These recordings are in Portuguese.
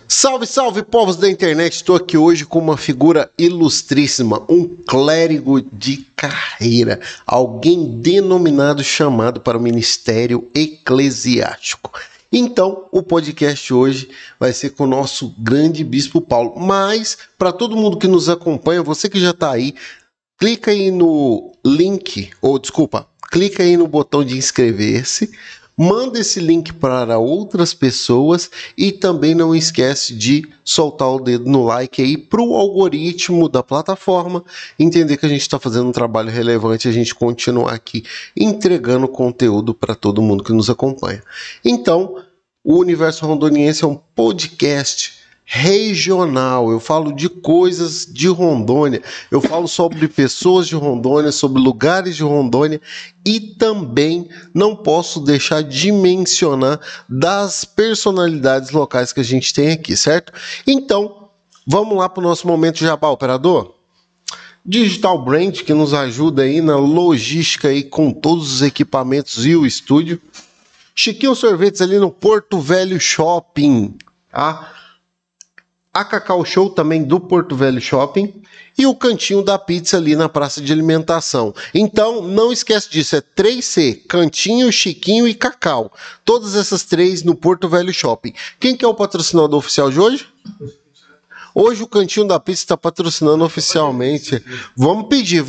Salve, salve, povos da internet! Estou aqui hoje com uma figura ilustríssima, um clérigo de carreira, alguém denominado chamado para o ministério eclesiástico. Então, o podcast hoje vai ser com o nosso grande Bispo Paulo. Mas, para todo mundo que nos acompanha, você que já está aí, clica aí no link, clica aí no botão de inscrever-se. Manda esse link para outras pessoas e também não esquece de soltar o dedo no like aí para o algoritmo da plataforma entender que a gente está fazendo um trabalho relevante e a gente continuar aqui entregando conteúdo para todo mundo que nos acompanha. Então, o Universo Rondoniense é um podcast regional, eu falo de coisas de Rondônia, eu falo sobre pessoas de Rondônia, sobre lugares de Rondônia e também não posso deixar de mencionar das personalidades locais que a gente tem aqui, certo? Então, vamos lá para o nosso momento jabá, operador? Digital Brand, que nos ajuda aí na logística aí com todos os equipamentos e o estúdio. Chiquinho Sorvetes ali no Porto Velho Shopping, tá? A Cacau Show também do Porto Velho Shopping e o Cantinho da Pizza ali na praça de alimentação. Então, não esquece disso, é 3C, Cantinho, Chiquinho e Cacau. Todas essas três no Porto Velho Shopping. Quem que é o patrocinador oficial de hoje? Hoje o Cantinho da Pizza está patrocinando oficialmente. Vamos pedir.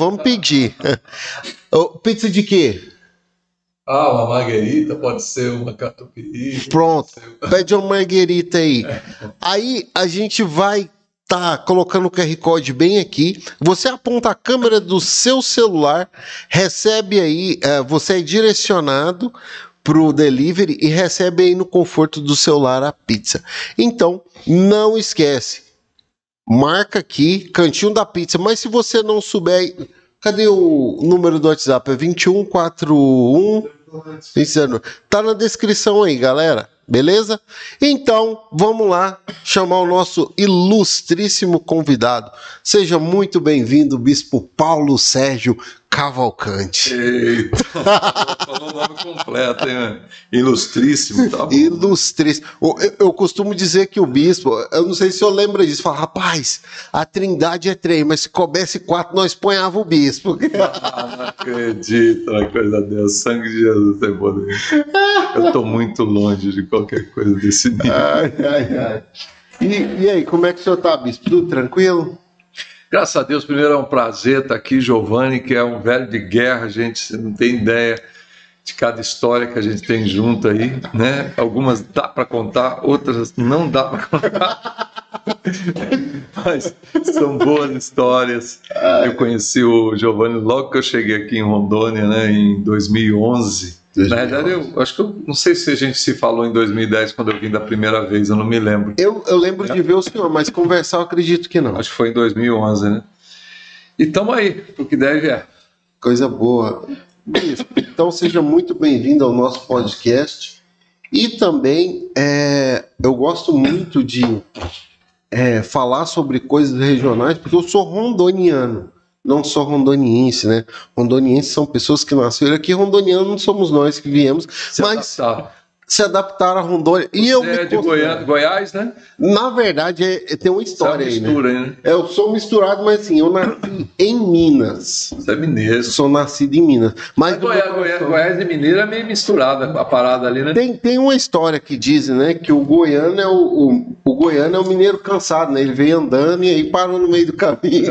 Pizza de quê? Uma marguerita, pode ser uma catupiry. Pronto, pede uma marguerita aí. Aí a gente vai colocando o QR Code bem aqui. Você aponta a câmera do seu celular, recebe aí, você é direcionado para o delivery e recebe aí no conforto do celular a pizza. Então, não esquece, marca aqui, Cantinho da Pizza, mas se você não souber, cadê o número do WhatsApp? É 2141... Tá na descrição aí, galera. Beleza? Então, vamos lá chamar o nosso ilustríssimo convidado. Seja muito bem-vindo, Bispo Paulo Sérgio Cavalcante. Eita, falou o nome completo, hein, mano? Ilustríssimo, tá bom? Ilustríssimo. Eu costumo dizer que o bispo, eu não sei se eu lembro disso, fala, rapaz, a trindade é 3, mas se coubesse 4, nós ponhava o bispo. Não acredito na coisa dessa, sangue de Jesus tem poder. Eu tô muito longe de qualquer coisa desse nível. Ai. E aí, como é que o senhor tá, bispo? Tudo tranquilo? Graças a Deus, primeiro é um prazer estar aqui, Giovanni, que é um velho de guerra, gente, você não tem ideia de cada história que a gente tem junto aí, né? Algumas dá para contar, outras não dá para contar, mas são boas histórias. Eu conheci o Giovanni logo que eu cheguei aqui em Rondônia, né, em 2011. Na verdade, eu acho que eu não sei se a gente se falou em 2010 quando eu vim da primeira vez, eu não me lembro. Eu lembro de ver o senhor, mas conversar eu acredito que não. Acho que foi em 2011, né? E estamos aí, pro que deve é. Coisa boa. Bispo, então seja muito bem-vindo ao nosso podcast. E também eu gosto muito de falar sobre coisas regionais, porque eu sou rondoniano. Não sou rondoniense, né? Rondonienses são pessoas que nasceram aqui, rondonianos não somos nós que viemos, mas se adaptaram a Rondônia. E eu é de Goiás, né? Na verdade, tem uma história aí, né? Eu sou misturado, mas assim, eu nasci em Minas. Você é mineiro. Sou nascido em Minas. Mas Goiás e mineiro é meio misturada a parada ali, né? Tem uma história que dizem, né, que o goiano é o goiano é o mineiro cansado, né? Ele veio andando e aí parou no meio do caminho.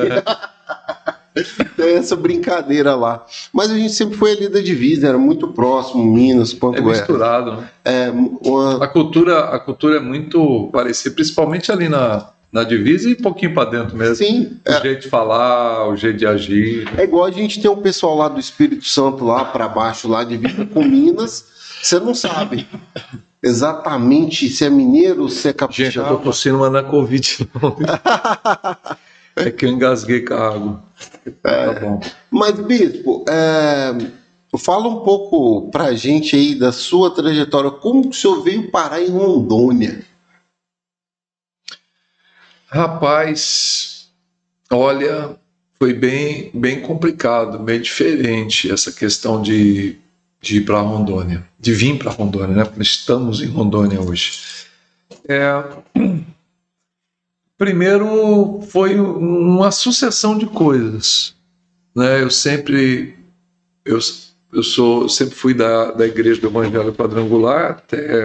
Tem essa brincadeira lá. Mas a gente sempre foi ali da divisa, era muito próximo, Minas, quanto misturado, né? A cultura é muito parecida, principalmente ali na divisa e um pouquinho para dentro mesmo. Sim. O jeito de falar, o jeito de agir. É igual a gente tem um pessoal lá do Espírito Santo, lá para baixo, lá divisa com Minas, você não sabe exatamente se é mineiro, se é capixaba. Gente, eu tô tossindo, mas não é Covid, não. É que eu engasguei com a água. Tá bom. Mas, bispo, fala um pouco pra gente aí da sua trajetória. Como que o senhor veio parar em Rondônia? Rapaz, olha, foi bem complicado, bem diferente essa questão de ir para Rondônia, de vir para Rondônia, né? Porque estamos em Rondônia hoje. Primeiro foi uma sucessão de coisas, né? Eu sempre fui da igreja do Evangelho Quadrangular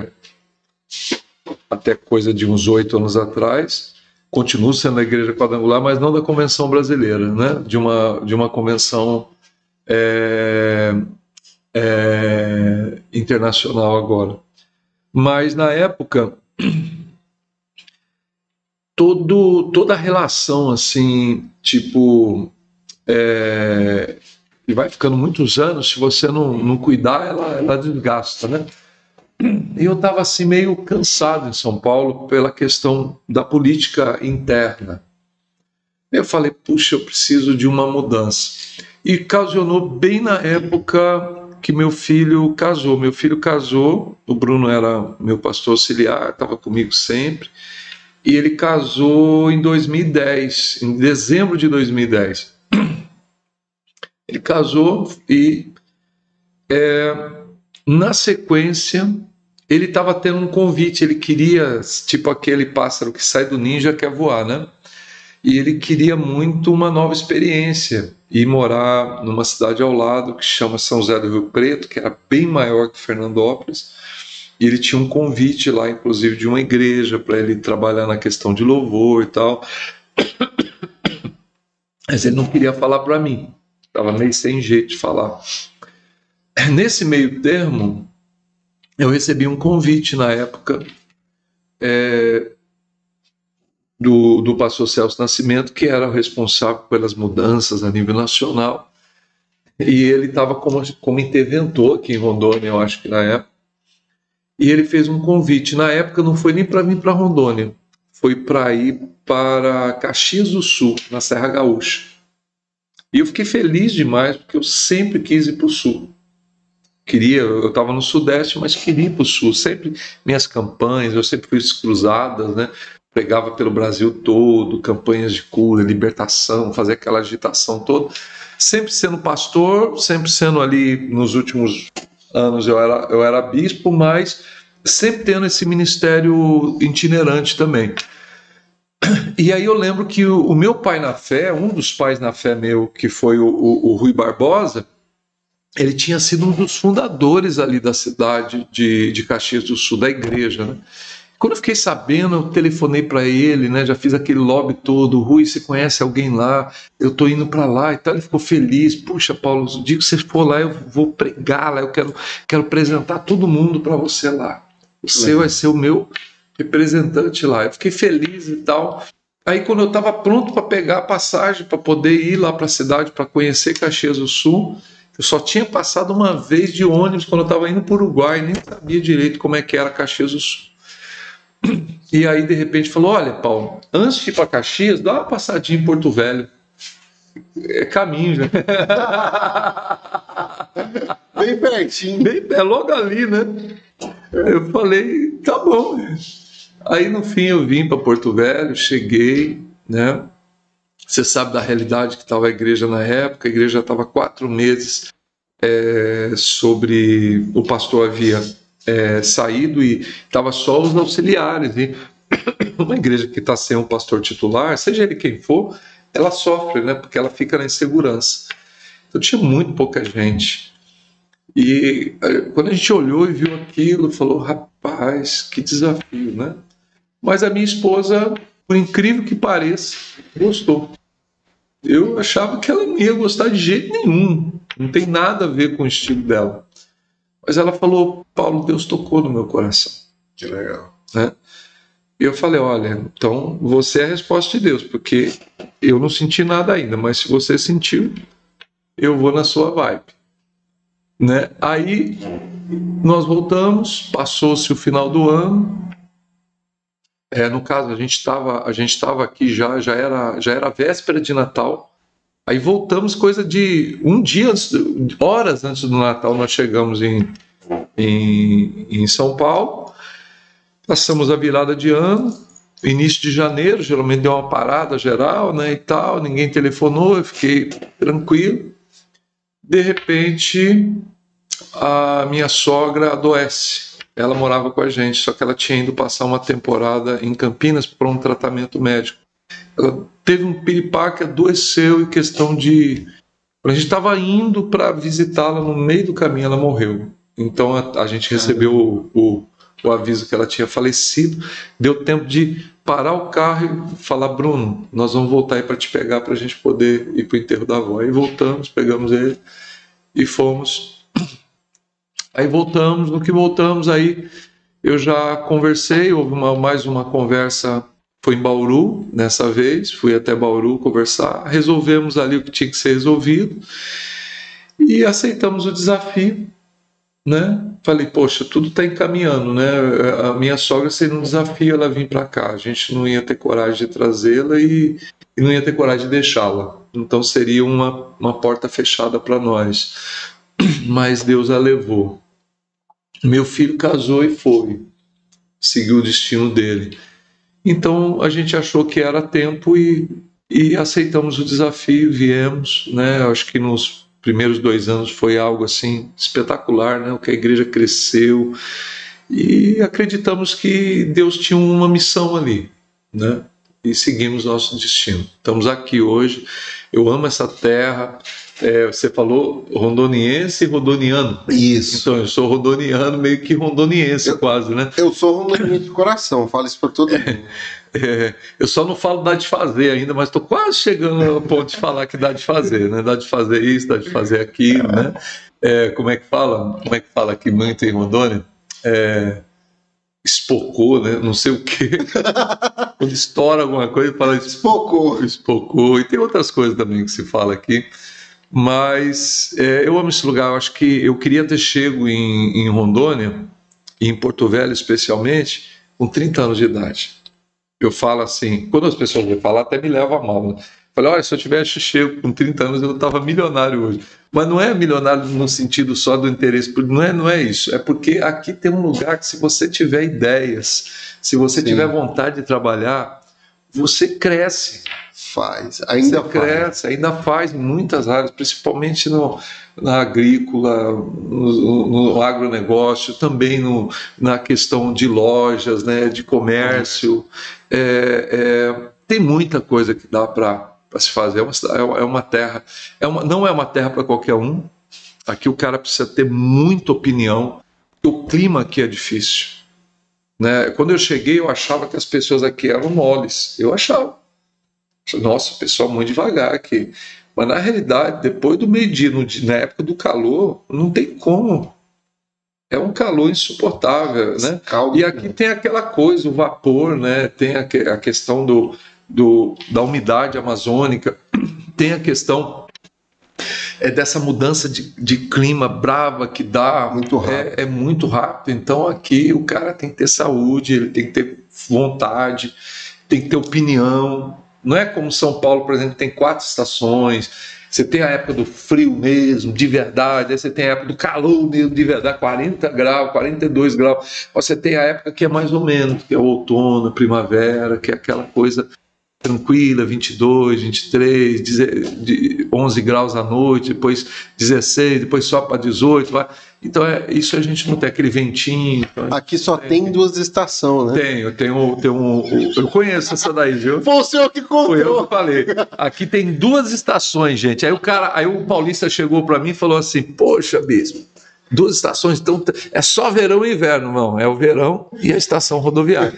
até coisa de uns 8 anos atrás. Continuo sendo da igreja quadrangular, mas não da convenção brasileira, né? De uma convenção internacional agora. Mas na época toda a relação assim, tipo, e vai ficando muitos anos, se você não cuidar, ela desgasta, né? E eu estava assim meio cansado em São Paulo pela questão da política interna. Eu falei, puxa, eu preciso de uma mudança. E ocasionou bem na época que meu filho casou. Meu filho casou, o Bruno era meu pastor auxiliar, estava comigo sempre, e ele casou em 2010, em dezembro de 2010. Ele casou e, na sequência, ele estava tendo um convite, ele queria, tipo aquele pássaro que sai do ninho já quer voar, né? E ele queria muito uma nova experiência, ir morar numa cidade ao lado que chama São José do Rio Preto, que era bem maior que Fernandópolis, e ele tinha um convite lá, inclusive, de uma igreja para ele trabalhar na questão de louvor e tal. Mas ele não queria falar para mim, estava meio sem jeito de falar. Nesse meio termo, eu recebi um convite na época do pastor Celso Nascimento, que era o responsável pelas mudanças a nível nacional, e ele estava como interventor aqui em Rondônia, eu acho que na época, e ele fez um convite. Na época não foi nem para vir para Rondônia, foi para ir para Caxias do Sul, na Serra Gaúcha. E eu fiquei feliz demais, porque eu sempre quis ir para o Sul. Eu estava no Sudeste, mas queria ir para o Sul. Sempre minhas campanhas, eu sempre fiz cruzadas, né? Pregava pelo Brasil todo, campanhas de cura, libertação, fazer aquela agitação toda. Sempre sendo pastor, sempre sendo ali, nos últimos anos eu era bispo, mas sempre tendo esse ministério itinerante também. E aí eu lembro que o meu pai na fé, um dos pais na fé meu, que foi o Rui Barbosa, ele tinha sido um dos fundadores ali da cidade de Caxias do Sul, da igreja, né? Quando eu fiquei sabendo, eu telefonei para ele, né? Já fiz aquele lobby todo. Rui, você conhece alguém lá? Eu estou indo para lá e tal. Ele ficou feliz. Puxa, Paulo, o dia que você for lá, eu vou pregar lá. Eu quero apresentar todo mundo para você lá. Você vai ser o meu representante lá. Eu fiquei feliz e tal. Aí, quando eu estava pronto para pegar a passagem, para poder ir lá para a cidade, para conhecer Caxias do Sul, eu só tinha passado uma vez de ônibus quando eu estava indo para o Uruguai, nem sabia direito como é que era Caxias do Sul. E aí, de repente, falou, olha, Paulo, antes de ir para Caxias, dá uma passadinha em Porto Velho. É caminho, já. Bem pertinho. É logo ali, né? Eu falei, tá bom. Aí, no fim, eu vim para Porto Velho, cheguei, né? Você sabe da realidade que estava a igreja na época. A igreja já estava 4 meses sobre... O pastor havia saído e estava só os auxiliares. E uma igreja que está sem um pastor titular, seja ele quem for, ela sofre, né? Porque ela fica na insegurança. Então tinha muito pouca gente. E quando a gente olhou e viu aquilo, falou, rapaz, que desafio, né? Mas a minha esposa, por incrível que pareça, gostou. Eu achava que ela não ia gostar de jeito nenhum. Não tem nada a ver com o estilo dela. Mas ela falou, Paulo, Deus tocou no meu coração. Que legal. Né? E eu falei, olha, então você é a resposta de Deus, porque eu não senti nada ainda, mas se você sentiu, eu vou na sua vibe. Né? Aí nós voltamos, passou-se o final do ano. No caso, a gente estava aqui já era véspera de Natal. Aí voltamos, coisa de um dia, horas antes do Natal, nós chegamos em São Paulo. Passamos a virada de ano, início de janeiro, geralmente deu uma parada geral, né, e tal, ninguém telefonou, eu fiquei tranquilo. De repente, a minha sogra adoece. ela morava com a gente, só que ela tinha ido passar uma temporada em Campinas para um tratamento médico. Ela teve um piripaque, adoeceu em questão de... A gente estava indo para visitá-la, no meio do caminho ela morreu. Então a gente recebeu o aviso que ela tinha falecido. Deu tempo de parar o carro e falar: Bruno, nós vamos voltar aí para te pegar para a gente poder ir para o enterro da avó. Aí voltamos, pegamos ele e fomos. Aí voltamos, no que voltamos, aí eu já conversei, houve mais uma conversa, foi em Bauru nessa vez, fui até Bauru conversar, resolvemos ali o que tinha que ser resolvido e aceitamos o desafio, né? Falei, poxa, tudo está encaminhando, né? A minha sogra seria um desafio ela vir para cá, a gente não ia ter coragem de trazê-la e não ia ter coragem de deixá-la, então seria uma porta fechada para nós, mas Deus a levou. Meu filho casou e foi, seguiu o destino dele. Então a gente achou que era tempo e aceitamos o desafio, viemos, né? Acho que nos primeiros 2 anos foi algo assim espetacular, né? O que a igreja cresceu e acreditamos que Deus tinha uma missão ali, né? E seguimos nosso destino. Estamos aqui hoje. Eu amo essa terra. Você falou rondoniense e rondoniano. Isso. Então eu sou rondoniano, meio que rondoniense quase, né? Eu sou rondoniense de coração, falo isso para todo mundo. Eu só não falo dá de fazer ainda, mas estou quase chegando ao ponto de falar que dá de fazer, né? Dá de fazer isso, dá de fazer aquilo, né? Como é que fala? Como é que fala aqui muito em Rondônia? Espocou, né? Não sei o quê. Quando estoura alguma coisa, fala espocou. Espocou. E tem outras coisas também que se fala aqui. Mas eu amo esse lugar. Eu acho que eu queria ter chego em Rondônia, e em Porto Velho especialmente, com 30 anos de idade. Eu falo assim, quando as pessoas vão falar, até me leva a mal, né? Falei, olha, se eu tivesse chego com 30 anos, eu estava milionário hoje. Mas não é milionário no sentido só do interesse, não é isso. É porque aqui tem um lugar que, se você tiver ideias, se você tiver vontade de trabalhar, você cresce. Ainda faz em muitas áreas, principalmente na agrícola, no agronegócio, também na questão de lojas, né, de comércio. Tem muita coisa que dá para se fazer. É uma terra, não é uma terra para qualquer um. Aqui o cara precisa ter muita opinião, porque o clima aqui é difícil, né? Quando eu cheguei, eu achava que as pessoas aqui eram moles. Eu achava. Nossa, o pessoal muito devagar aqui. Mas na realidade, depois do meio-dia, na época do calor, não tem como. É um calor insuportável, né? E aqui tem aquela coisa, o vapor, né? Tem a questão da umidade amazônica, tem a questão dessa mudança de clima brava que dá. Muito rápido. É muito rápido. Então aqui o cara tem que ter saúde, ele tem que ter vontade, tem que ter opinião. Não é como São Paulo, por exemplo, que tem 4 estações. Você tem a época do frio mesmo, de verdade. Aí você tem a época do calor mesmo, de verdade, 40 graus, 42 graus. Você tem a época que é mais ou menos, que é o outono, a primavera, que é aquela coisa tranquila, 22, 23, 11 graus à noite, depois 16, depois sobe para 18. Vai. Então isso a gente não tem, aquele ventinho. Então aqui só tem 2 estações, né? Eu conheço essa daí, viu? Foi o senhor que contou. Foi eu que falei. Aqui tem 2 estações, gente. Aí o paulista chegou para mim e falou assim: poxa, bispo, 2 estações, então é só verão e inverno, não. É o verão e a estação rodoviária.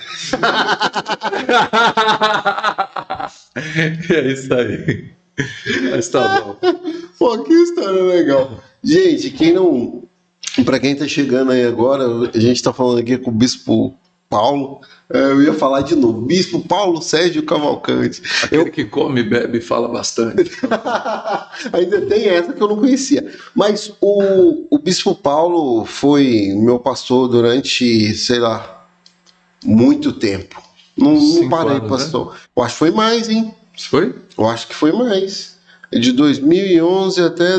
É isso aí. Mas tá bom. Pô, que história legal. Gente, para quem tá chegando aí agora, a gente tá falando aqui com o Bispo Paulo. Eu ia falar de novo, Bispo Paulo Sérgio Cavalcante. Aquele que come, bebe e fala bastante. Ainda tem essa que eu não conhecia. Mas o Bispo Paulo foi meu pastor durante, sei lá, muito tempo. Não parei, anos, pastor. Né? Eu acho que foi mais, hein? Foi? Eu acho que foi mais. De 2011 até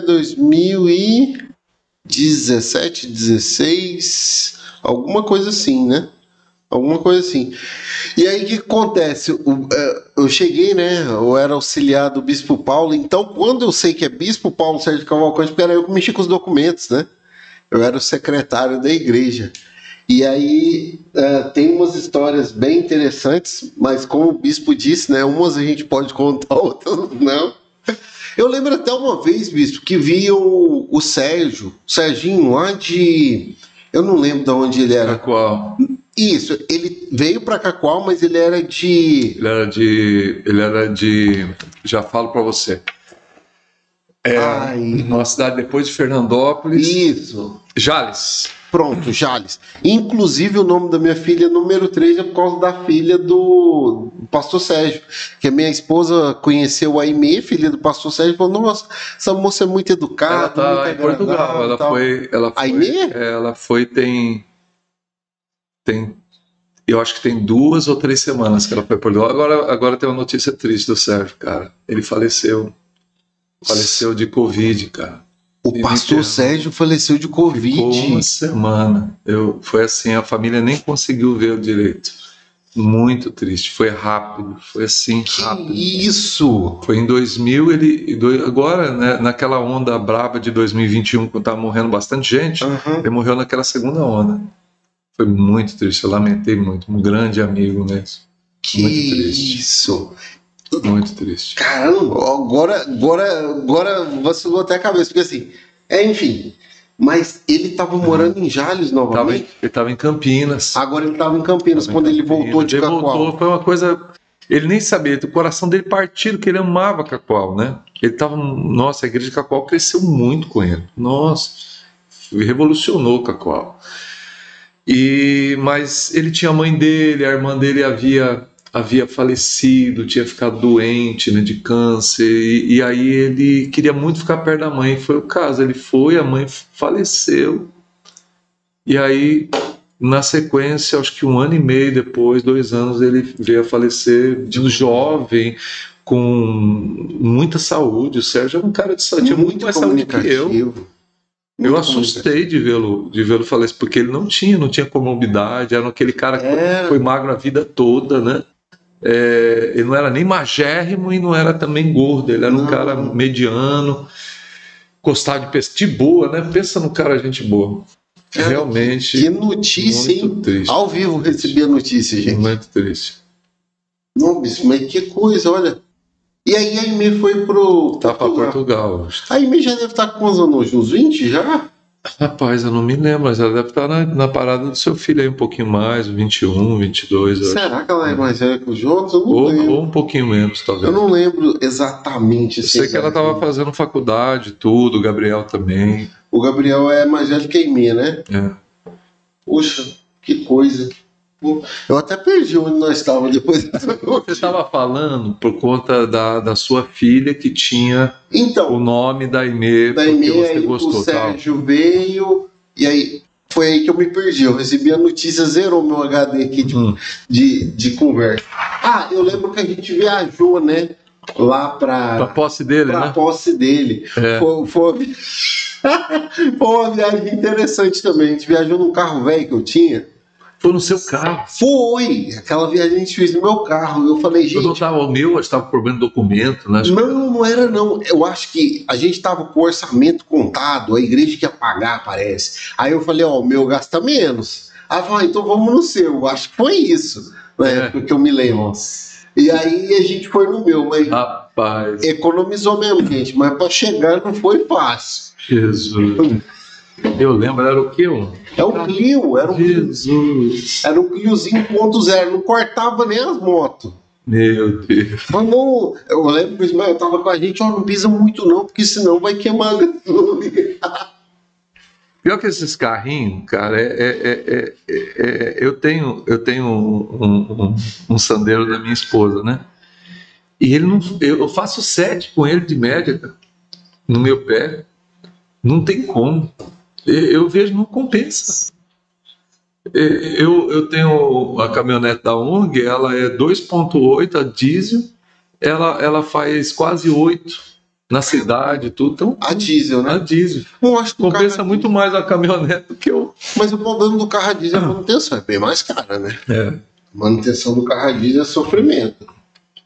2017, 16, alguma coisa assim, né? Alguma coisa assim. E aí o que acontece? Eu cheguei, né? Eu era auxiliar do Bispo Paulo, então quando eu sei que é Bispo Paulo Sérgio Cavalcante, porque era eu que mexia com os documentos, né? Eu era o secretário da igreja. E aí tem umas histórias bem interessantes, mas como o bispo disse, né? Umas a gente pode contar, outras não. Eu lembro até uma vez, bispo, que vi o Serginho lá de... Eu não lembro de onde ele era. Cacoal. Isso, ele veio para Cacoal, mas ele era de... Ele era de... Já falo para você. Uma cidade depois de Fernandópolis. Isso. Jales. Pronto, Jales. Inclusive, o nome da minha filha número 3 é por causa da filha do pastor Sérgio. Que a minha esposa conheceu a Aimee, filha do pastor Sérgio, e falou: nossa, essa moça é muito educada. Ela tá muito em Portugal. Ela foi. Aimee? Ela foi, tem. Eu acho que tem 2 ou 3 semanas que ela foi por Portugal. Agora tem uma notícia triste do Sérgio, cara. Ele faleceu. Faleceu de Covid, cara. O pastor Sérgio faleceu de Covid. Ficou uma semana. Foi assim, a família nem conseguiu ver direito. Muito triste. Foi rápido. Foi assim, rápido. Que isso! Foi em 2000, agora, né, naquela onda brava de 2021, quando estava morrendo bastante gente, ele morreu naquela segunda onda. Foi muito triste, eu lamentei muito. Um grande amigo mesmo. Que muito triste. Isso! Muito triste. Caramba, agora vacilou até a cabeça, porque assim, enfim, mas ele estava morando em Jales novamente? Ele estava em Campinas. Agora ele estava em Campinas, quando ele voltou de Cacoal. Voltou, foi uma coisa, ele nem sabia, o coração dele partiu, que ele amava Cacoal, né? Ele estava, nossa, a igreja de Cacoal cresceu muito com ele, nossa, revolucionou Cacoal. Mas ele tinha a mãe dele, a irmã dele havia falecido, tinha ficado doente, né, de câncer, e aí ele queria muito ficar perto da mãe. Foi o caso, ele foi, a mãe faleceu, e aí na sequência, acho que 1 ano e meio depois, 2 anos, ele veio a falecer de um jovem com muita saúde. O Sérgio era um cara de saúde, tinha muito mais saúde que eu. Eu assustei de vê-lo falecer, porque ele não tinha comorbidade, era aquele cara que foi magro a vida toda, né? Ele não era nem magérrimo e não era também gordo, ele era um cara mediano, gostava de boa, né? Pensa no cara, gente boa. Realmente. Que notícia, hein? Triste. Ao vivo recebi a notícia, gente. Muito triste. Não, bicho, mas que coisa, olha. E aí a Aimee foi pro... Tá para Portugal. A Aimee já deve estar com quantos anos? Uns 20 já? Rapaz, eu não me lembro, mas ela deve estar na parada do seu filho aí um pouquinho mais, 21, 22. Será que ela é mais velha que os outros? Eu não lembro. Ou um pouquinho menos, talvez. Eu não lembro exatamente. Eu sei que ela estava fazendo faculdade, tudo, o Gabriel também. O Gabriel é mais velho que a Aimee, né? Poxa, que coisa. Eu até perdi onde nós estávamos depois. Você estava falando por conta da sua filha que tinha o nome da Aimee, porque você gostou. O Sérgio veio, e aí foi aí que eu me perdi. Eu recebi a notícia, zerou meu HD aqui de conversa. Eu lembro que a gente viajou, né? Lá para posse dele, né? Posse dele. Foi uma viagem interessante também. A gente viajou num carro velho que eu tinha. Foi no seu carro? Foi! Aquela viagem a gente fez no meu carro. Eu falei, gente... Eu não estava o meu, estava com problema de documento, né? Não era não. Eu acho que a gente estava com o orçamento contado, a igreja que ia pagar, parece. Aí eu falei, o meu gasta menos. Aí eu falei, então vamos no seu. Acho que foi isso, né? Porque eu me lembro. Nossa. E aí a gente foi no meu, mas... Rapaz. Economizou mesmo, gente. Mas para chegar não foi fácil. Jesus. Eu lembro, era o que? É o Clio, era um Jesus. Era um Cliozinho 1.0, não cortava nem as motos. Meu Deus. Mas não, eu lembro que o Ismael tava com a gente, não pisa muito não, porque senão vai queimar a gasolina. Pior que esses carrinhos, cara, eu tenho um Sandero da minha esposa, né? E ele não, eu faço 7 com ele de média, cara, no meu pé. Não tem como. Eu vejo, não compensa. Eu tenho a caminhonete da ONG, ela é 2.8 a diesel, ela faz quase 8 na cidade, tudo. Então, a diesel, né? A diesel. Eu acho que compensa muito mais a caminhonete do que eu. Mas o problema do carro a diesel é a manutenção, é bem mais cara, né? A manutenção do carro a diesel é sofrimento.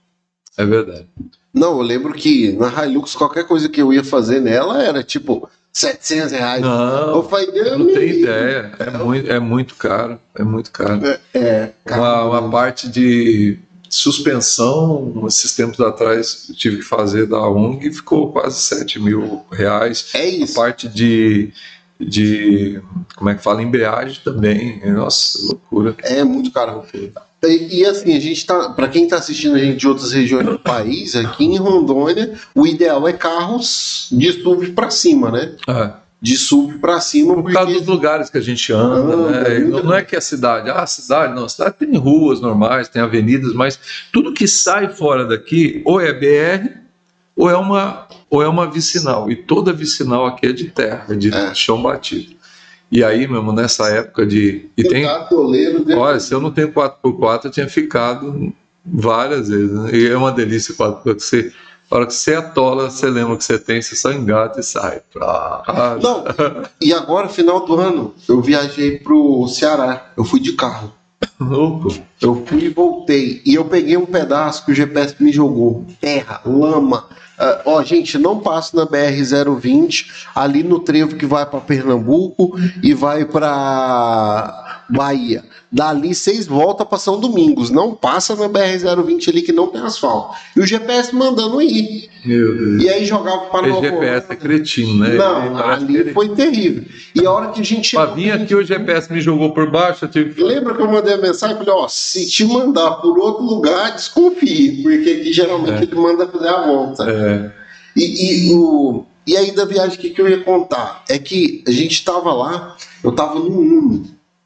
É verdade. Não, eu lembro que na Hilux qualquer coisa que eu ia fazer nela era tipo R$ 700. Não, Eu falei, não tem ideia. É muito caro. É muito caro. Uma parte de suspensão, esses tempos atrás, eu tive que fazer da ONG e ficou quase R$ 7.000. É isso. A parte de como é que fala, embreagem também. Nossa, loucura. É muito caro. E assim, a gente tá, para quem está assistindo a gente de outras regiões do país, aqui em Rondônia, o ideal é carros de SUV para cima, né? De SUV para cima. Por causa dos lugares que a gente anda, né? Não é que a cidade, a cidade tem ruas normais, tem avenidas, mas tudo que sai fora daqui ou é BR ou é uma vicinal. E toda vicinal aqui é de terra, de chão batido. E aí, mesmo nessa época de. E tem. Olha, se eu não tenho 4x4, eu tinha ficado várias vezes. Né? E é uma delícia 4x4. A hora que você atola, você lembra que você tem, você só engata e sai. Não, e agora, final do ano, eu viajei pro Ceará. Eu fui de carro. Louco. Eu fui e voltei. E eu peguei um pedaço que o GPS me jogou. Terra, lama. Gente, não passe na BR-020, ali no trevo que vai para Pernambuco e vai para Bahia. Dali vocês voltam para São Domingos. Não passa na BR-020 ali que não tem asfalto. E o GPS mandando ir. Meu Deus. E aí jogava para Nova Orlando. O GPS é cretino, né? Não, ali foi terrível. E a hora que a gente chegou... Para vir aqui, o GPS me jogou por baixo. Eu tive que... Lembra que eu mandei a mensagem e falei, se te mandar por outro lugar, desconfie, porque aqui geralmente ele manda fazer a volta. E aí da viagem, o que eu ia contar? É que a gente estava lá, eu estava no Uno.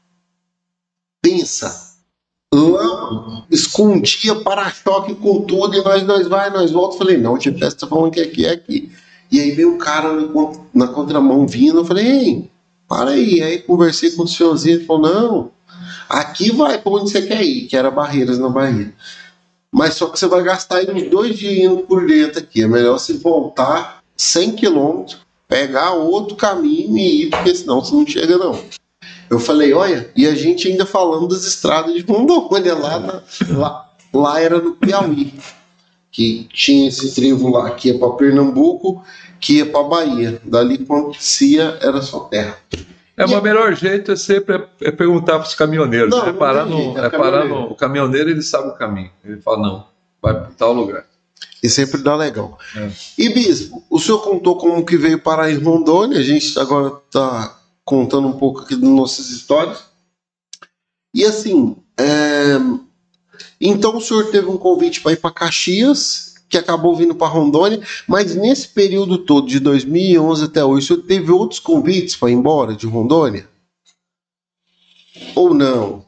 Pensa, lama, escondia para-choque com tudo, e nós volta. Falei, não, o GPS tá falando que aqui é aqui. E aí veio um cara na contramão vindo, eu falei, ei, para aí. Aí conversei com o senhorzinho, ele falou, não, aqui vai para onde você quer ir, que era Barreiras na Bahia. Mas só que você vai gastar aí uns 2 dias indo por dentro aqui. É melhor você voltar 100 quilômetros, pegar outro caminho e ir, porque senão você não chega não. Eu falei, olha, e a gente ainda falando das estradas de Rondônia, lá era no Piauí, que tinha esse trevo lá, que ia para Pernambuco, que ia para Bahia. Dali quando descia era só terra. O melhor jeito é sempre perguntar para os caminhoneiros. Não, o caminhoneiro, ele sabe o caminho. Ele fala, não, vai para tal lugar. E sempre dá legal. E Bispo, o senhor contou como que veio parar em Rondônia, a gente agora está contando um pouco aqui das nossas histórias. E assim, então o senhor teve um convite para ir para Caxias, que acabou vindo para Rondônia, mas nesse período todo, de 2011 até hoje, o senhor teve outros convites para ir embora de Rondônia? Ou não?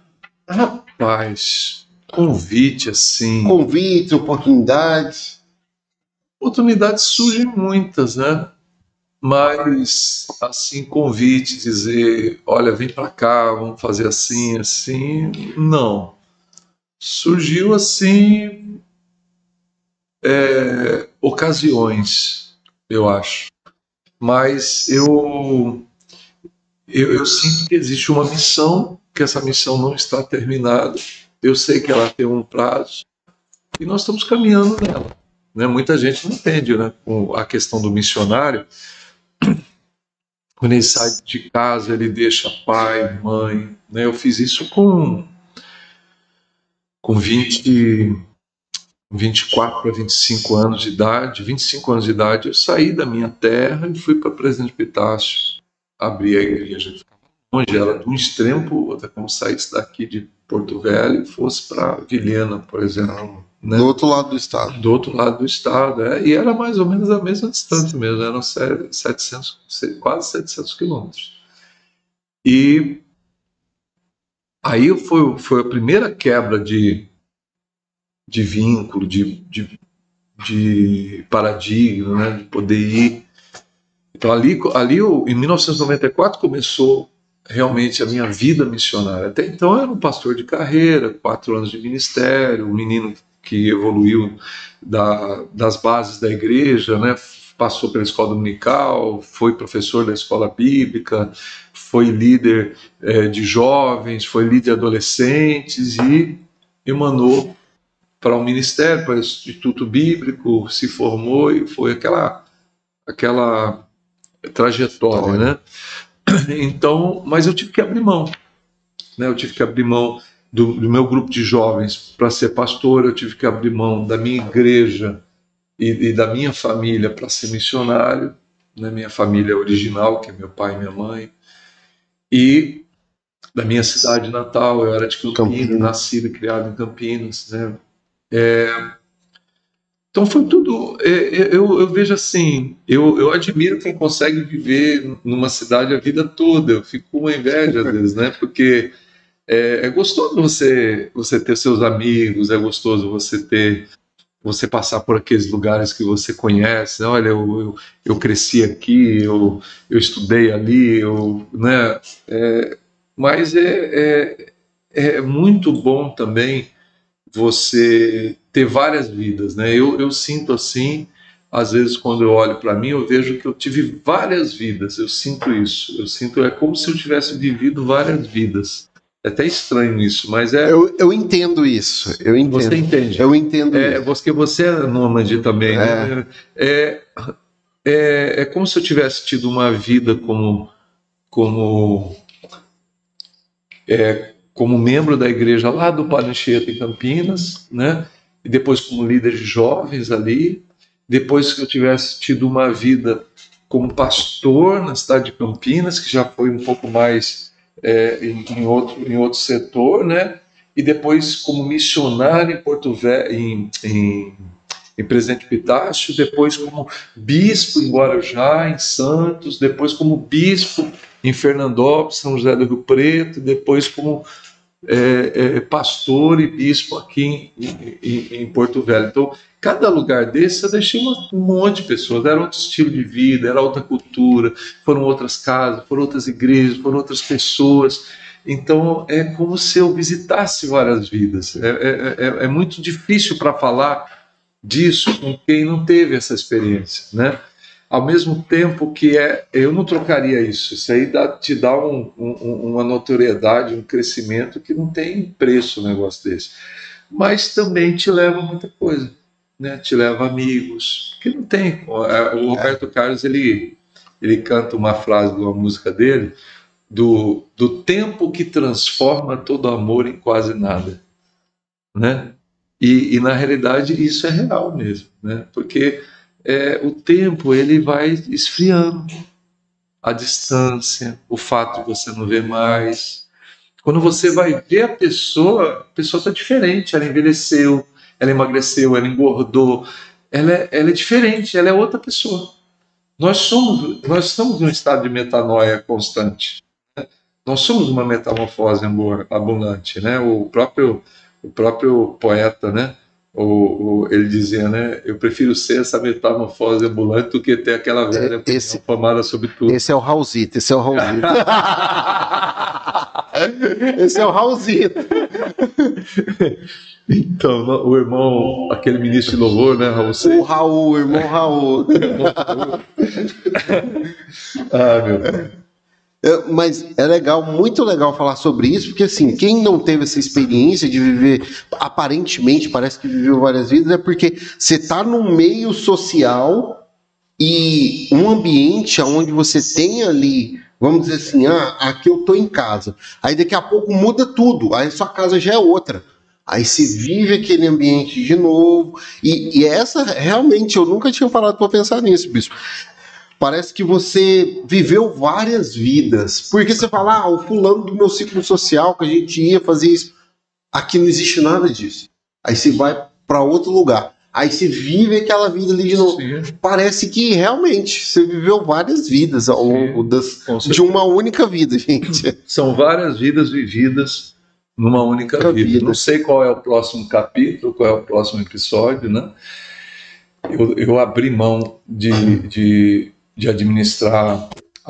Rapaz, convite assim... Convites, oportunidades? Oportunidades surgem muitas, né? Mas, assim, convite, dizer, olha, vem para cá, vamos fazer assim, assim, não. Surgiu assim... ocasiões, eu acho. Mas eu sinto que existe uma missão, que essa missão não está terminada. Eu sei que ela tem um prazo e nós estamos caminhando nela. Né? Muita gente não entende, né? A questão do missionário. Quando ele sai de casa, ele deixa pai, mãe. Né? Eu fiz isso com 24 para 25 anos de idade. 25 anos de idade, eu saí da minha terra e fui para Presidente Epitácio. Abri a igreja, ficava longe, era de um extremo para o outro. É como se saísse daqui de Porto Velho e fosse para Vilhena, por exemplo. Né? Do outro lado do estado. Do outro lado do estado, e era mais ou menos a mesma distância mesmo, eram 700, quase 700 quilômetros. E aí foi a primeira quebra de vínculo, de paradigma, né, de poder ir. Então ali em 1994 começou realmente a minha vida missionária. Até então eu era um pastor de carreira, 4 anos de ministério, um menino que evoluiu das bases da igreja, né, passou pela escola dominical, foi professor da escola bíblica, foi líder de jovens, foi líder de adolescentes e emanou para o ministério, para o Instituto Bíblico, se formou e foi aquela trajetória, né? Então, mas eu tive que abrir mão, né? Eu tive que abrir mão do meu grupo de jovens para ser pastor, eu tive que abrir mão da minha igreja e da minha família para ser missionário, né? Minha família original, que é meu pai e minha mãe, e da minha cidade natal. Eu era de Campinas, nascido e criado em Campinas, né? Então foi tudo. Eu vejo assim, eu admiro quem consegue viver numa cidade a vida toda. Eu fico com uma inveja às vezes, né? Porque é gostoso você ter seus amigos, é gostoso você passar por aqueles lugares que você conhece. Olha, eu cresci aqui, eu estudei ali, né? Mas é muito bom também você ter várias vidas, né? Eu sinto assim, às vezes quando eu olho para mim, eu vejo que eu tive várias vidas. Eu sinto isso. Eu sinto, é como se eu tivesse vivido várias vidas. É até estranho isso, mas Eu entendo isso. Eu entendo. Você entende? Eu entendo isso. Porque você é nômade também, né? É como se eu tivesse tido uma vida como como membro da igreja lá do Padre Anchieta em Campinas, né? E depois como líder de jovens ali, depois que eu tivesse tido uma vida como pastor na cidade de Campinas, que já foi um pouco mais em outro setor, né? E depois como missionário em Porto Velho, em Presidente Epitácio, depois como bispo em Guarujá, em Santos, depois como bispo em Fernandópolis, São José do Rio Preto, depois como pastor e bispo aqui em Porto Velho. Então, cada lugar desse eu deixei um monte de pessoas, era outro estilo de vida, era outra cultura, foram outras casas, foram outras igrejas, foram outras pessoas. Então, é como se eu visitasse várias vidas. É muito difícil para falar disso com quem não teve essa experiência, né? Ao mesmo tempo que eu não trocaria isso aí te dá uma notoriedade, um crescimento que não tem preço, um negócio desse. Mas também te leva a muita coisa, né? Te leva a amigos, que não tem. O Roberto Carlos, ele canta uma frase de uma música dele, do tempo que transforma todo amor em quase nada, né? E na realidade isso é real mesmo, né? Porque o tempo ele vai esfriando, a distância, o fato de você não ver mais. Quando você vai ver a pessoa está diferente, ela envelheceu, ela emagreceu, ela engordou, ela é diferente, ela é outra pessoa. Nós estamos num estado de metanoia constante. Nós somos uma metamorfose ambulante, né? O próprio poeta, né? Ele dizia, né? Eu prefiro ser essa metamorfose ambulante do que ter aquela velha opinião formada sobre tudo. Esse é o Raulzito, esse é o Raulzito. Esse é o Raulzito. Então, o irmão, aquele ministro de louvor, né, Raul? O irmão Raul. Meu Deus. Mas é legal, muito legal falar sobre isso, porque assim, quem não teve essa experiência de viver, aparentemente parece que viveu várias vidas, é porque você está num meio social e um ambiente onde você tem ali, vamos dizer assim, aqui eu tô em casa. Aí daqui a pouco muda tudo, aí sua casa já é outra. Aí você vive aquele ambiente de novo. E essa, realmente, eu nunca tinha parado para pensar nisso, bispo. Parece que você viveu várias vidas. Porque você fala, o fulano do meu ciclo social, que a gente ia fazer isso. Aqui não existe nada disso. Aí você vai para outro lugar. Aí você vive aquela vida ali de novo. Sim. Parece que realmente você viveu várias vidas ao longo de uma única vida, gente. São várias vidas vividas numa única vida. Não sei qual é o próximo capítulo, qual é o próximo episódio, né? Eu abri mão de administrar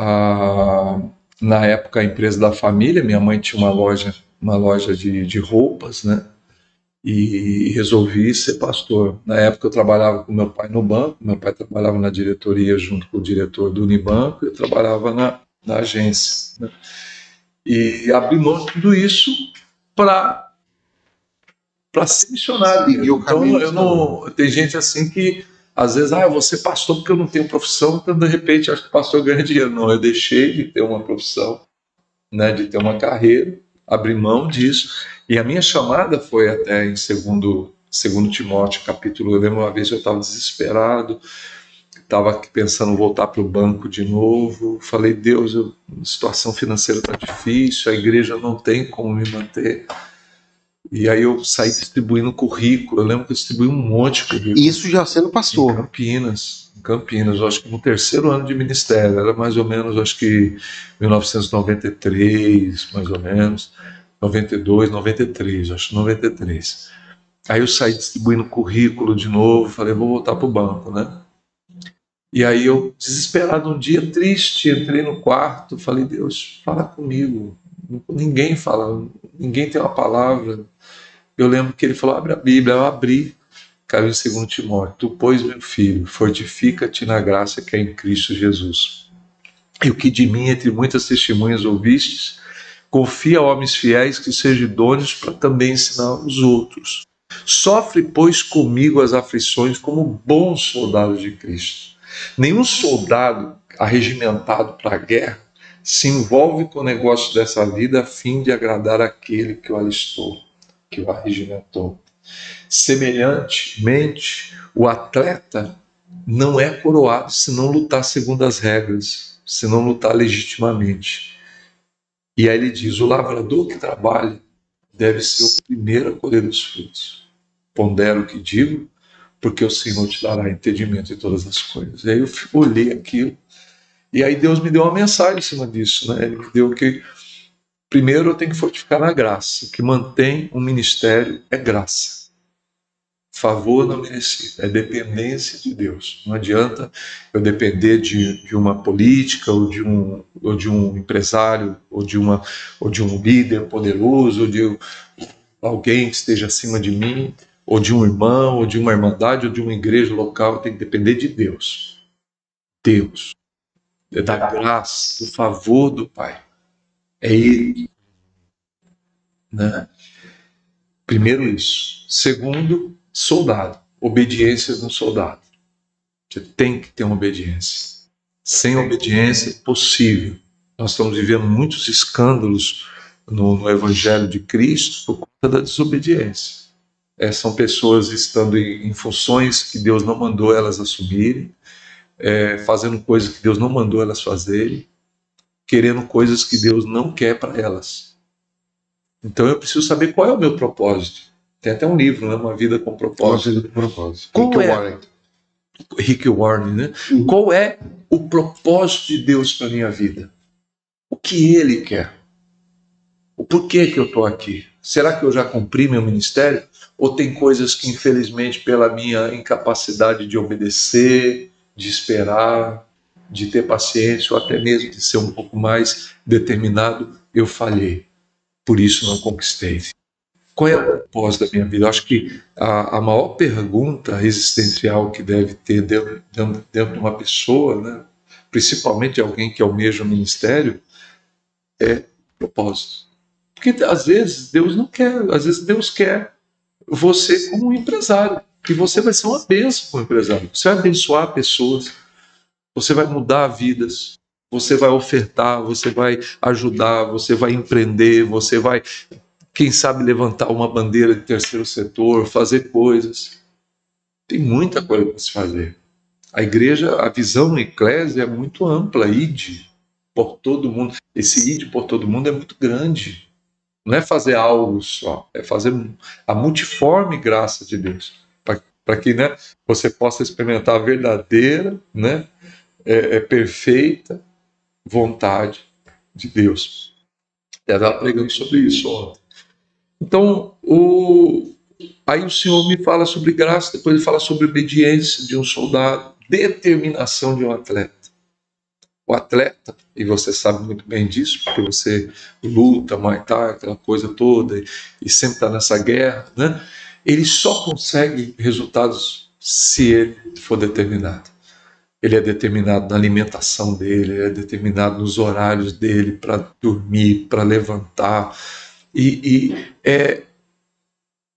na época a empresa da família. Minha mãe tinha uma loja de roupas, né? E resolvi ser pastor. Na época eu trabalhava com meu pai no banco, meu pai trabalhava na diretoria junto com o diretor do Unibanco, eu trabalhava na agência, né? E abri mão de tudo isso para ser missionário. Então, tem gente assim que Às vezes, eu vou ser pastor porque eu não tenho profissão, então de repente acho que o pastor ganha dinheiro. Não, eu deixei de ter uma profissão, né, de ter uma carreira, abri mão disso. E a minha chamada foi até em segundo Timóteo, capítulo. Eu lembro uma vez que eu estava desesperado, estava pensando em voltar para o banco de novo. Falei, Deus, a situação financeira está difícil, a igreja não tem como me manter. E aí eu saí distribuindo currículo. Eu lembro que eu distribuí um monte de currículo. Isso já sendo pastor. Em Campinas, eu acho que no terceiro ano de ministério. Era mais ou menos, acho que 1993, mais ou menos. 92, 93, acho que 93. Aí eu saí distribuindo currículo de novo. Falei, vou voltar para o banco, né? E aí eu, desesperado, um dia triste, entrei no quarto. Falei, Deus, fala comigo. Ninguém fala, ninguém tem uma palavra. Eu lembro que ele falou, abre a Bíblia. Eu abri, caiu em 2 Timóteo. Tu, pois, meu filho, fortifica-te na graça que é em Cristo Jesus. E o que de mim, entre muitas testemunhas ouvistes, confia a homens fiéis que sejam idôneos para também ensinar os outros. Sofre, pois, comigo as aflições como bom soldado de Cristo. Nenhum soldado arregimentado para a guerra se envolve com o negócio dessa vida a fim de agradar aquele que o alistou, que o arregimentou. Semelhantemente, o atleta não é coroado se não lutar segundo as regras, se não lutar legitimamente. E aí ele diz, o lavrador que trabalha deve ser o primeiro a colher os frutos. Pondera o que digo, porque o Senhor te dará entendimento em todas as coisas. E aí eu olhei aquilo, e aí Deus me deu uma mensagem em cima disso, né? Ele me deu que primeiro eu tenho que fortificar na graça. O que mantém um ministério é graça. Favor não merecido, é dependência de Deus. Não adianta eu depender de uma política, ou de um empresário, ou de um líder poderoso, ou de alguém que esteja acima de mim, ou de um irmão, ou de uma irmandade, ou de uma igreja local. Tem que depender de Deus. Deus. É da graça, do favor do Pai. É Ele. Né? Primeiro isso. Segundo, soldado. Obediência de um soldado. Você tem que ter uma obediência. Sem obediência é impossível. Nós estamos vivendo muitos escândalos no Evangelho de Cristo por conta da desobediência. São pessoas estando em funções que Deus não mandou elas assumirem, fazendo coisas que Deus não mandou elas fazerem, querendo coisas que Deus não quer para elas. Então eu preciso saber qual é o meu propósito. Tem até um livro, né? Uma Vida com Propósito. Uma Vida com Propósito. Rick Warren, né? Qual é o propósito de Deus para a minha vida? O que Ele quer? O porquê que eu estou aqui? Será que eu já cumpri meu ministério? Ou tem coisas que, infelizmente, pela minha incapacidade de obedecer, de esperar, de ter paciência, ou até mesmo de ser um pouco mais determinado, eu falhei. Por isso não conquistei. Qual é o propósito da minha vida? Eu acho que a maior pergunta existencial que deve ter dentro de uma pessoa, né, principalmente alguém que almeja o ministério, é propósito. Porque às vezes Deus não quer, às vezes Deus quer você como um empresário, que você vai ser uma bênção como empresário. Você vai abençoar pessoas, você vai mudar vidas, você vai ofertar, você vai ajudar, você vai empreender, você vai, quem sabe, levantar uma bandeira de terceiro setor, fazer coisas. Tem muita coisa para se fazer. A igreja, a visão eclésia é muito ampla, ide por todo mundo. Esse ide por todo mundo é muito grande. Não é fazer algo só, é fazer a multiforme graça de Deus, para que, né, você possa experimentar a verdadeira, né, perfeita vontade de Deus. Eu estava pregando sobre isso ontem. Então, aí o Senhor me fala sobre graça, depois ele fala sobre obediência de um soldado, determinação de um atleta. O atleta, e você sabe muito bem disso, porque você luta, Muay Thai, aquela coisa toda, e sempre está nessa guerra, né? Ele só consegue resultados se ele for determinado. Ele é determinado na alimentação dele, ele é determinado nos horários dele para dormir, para levantar. E é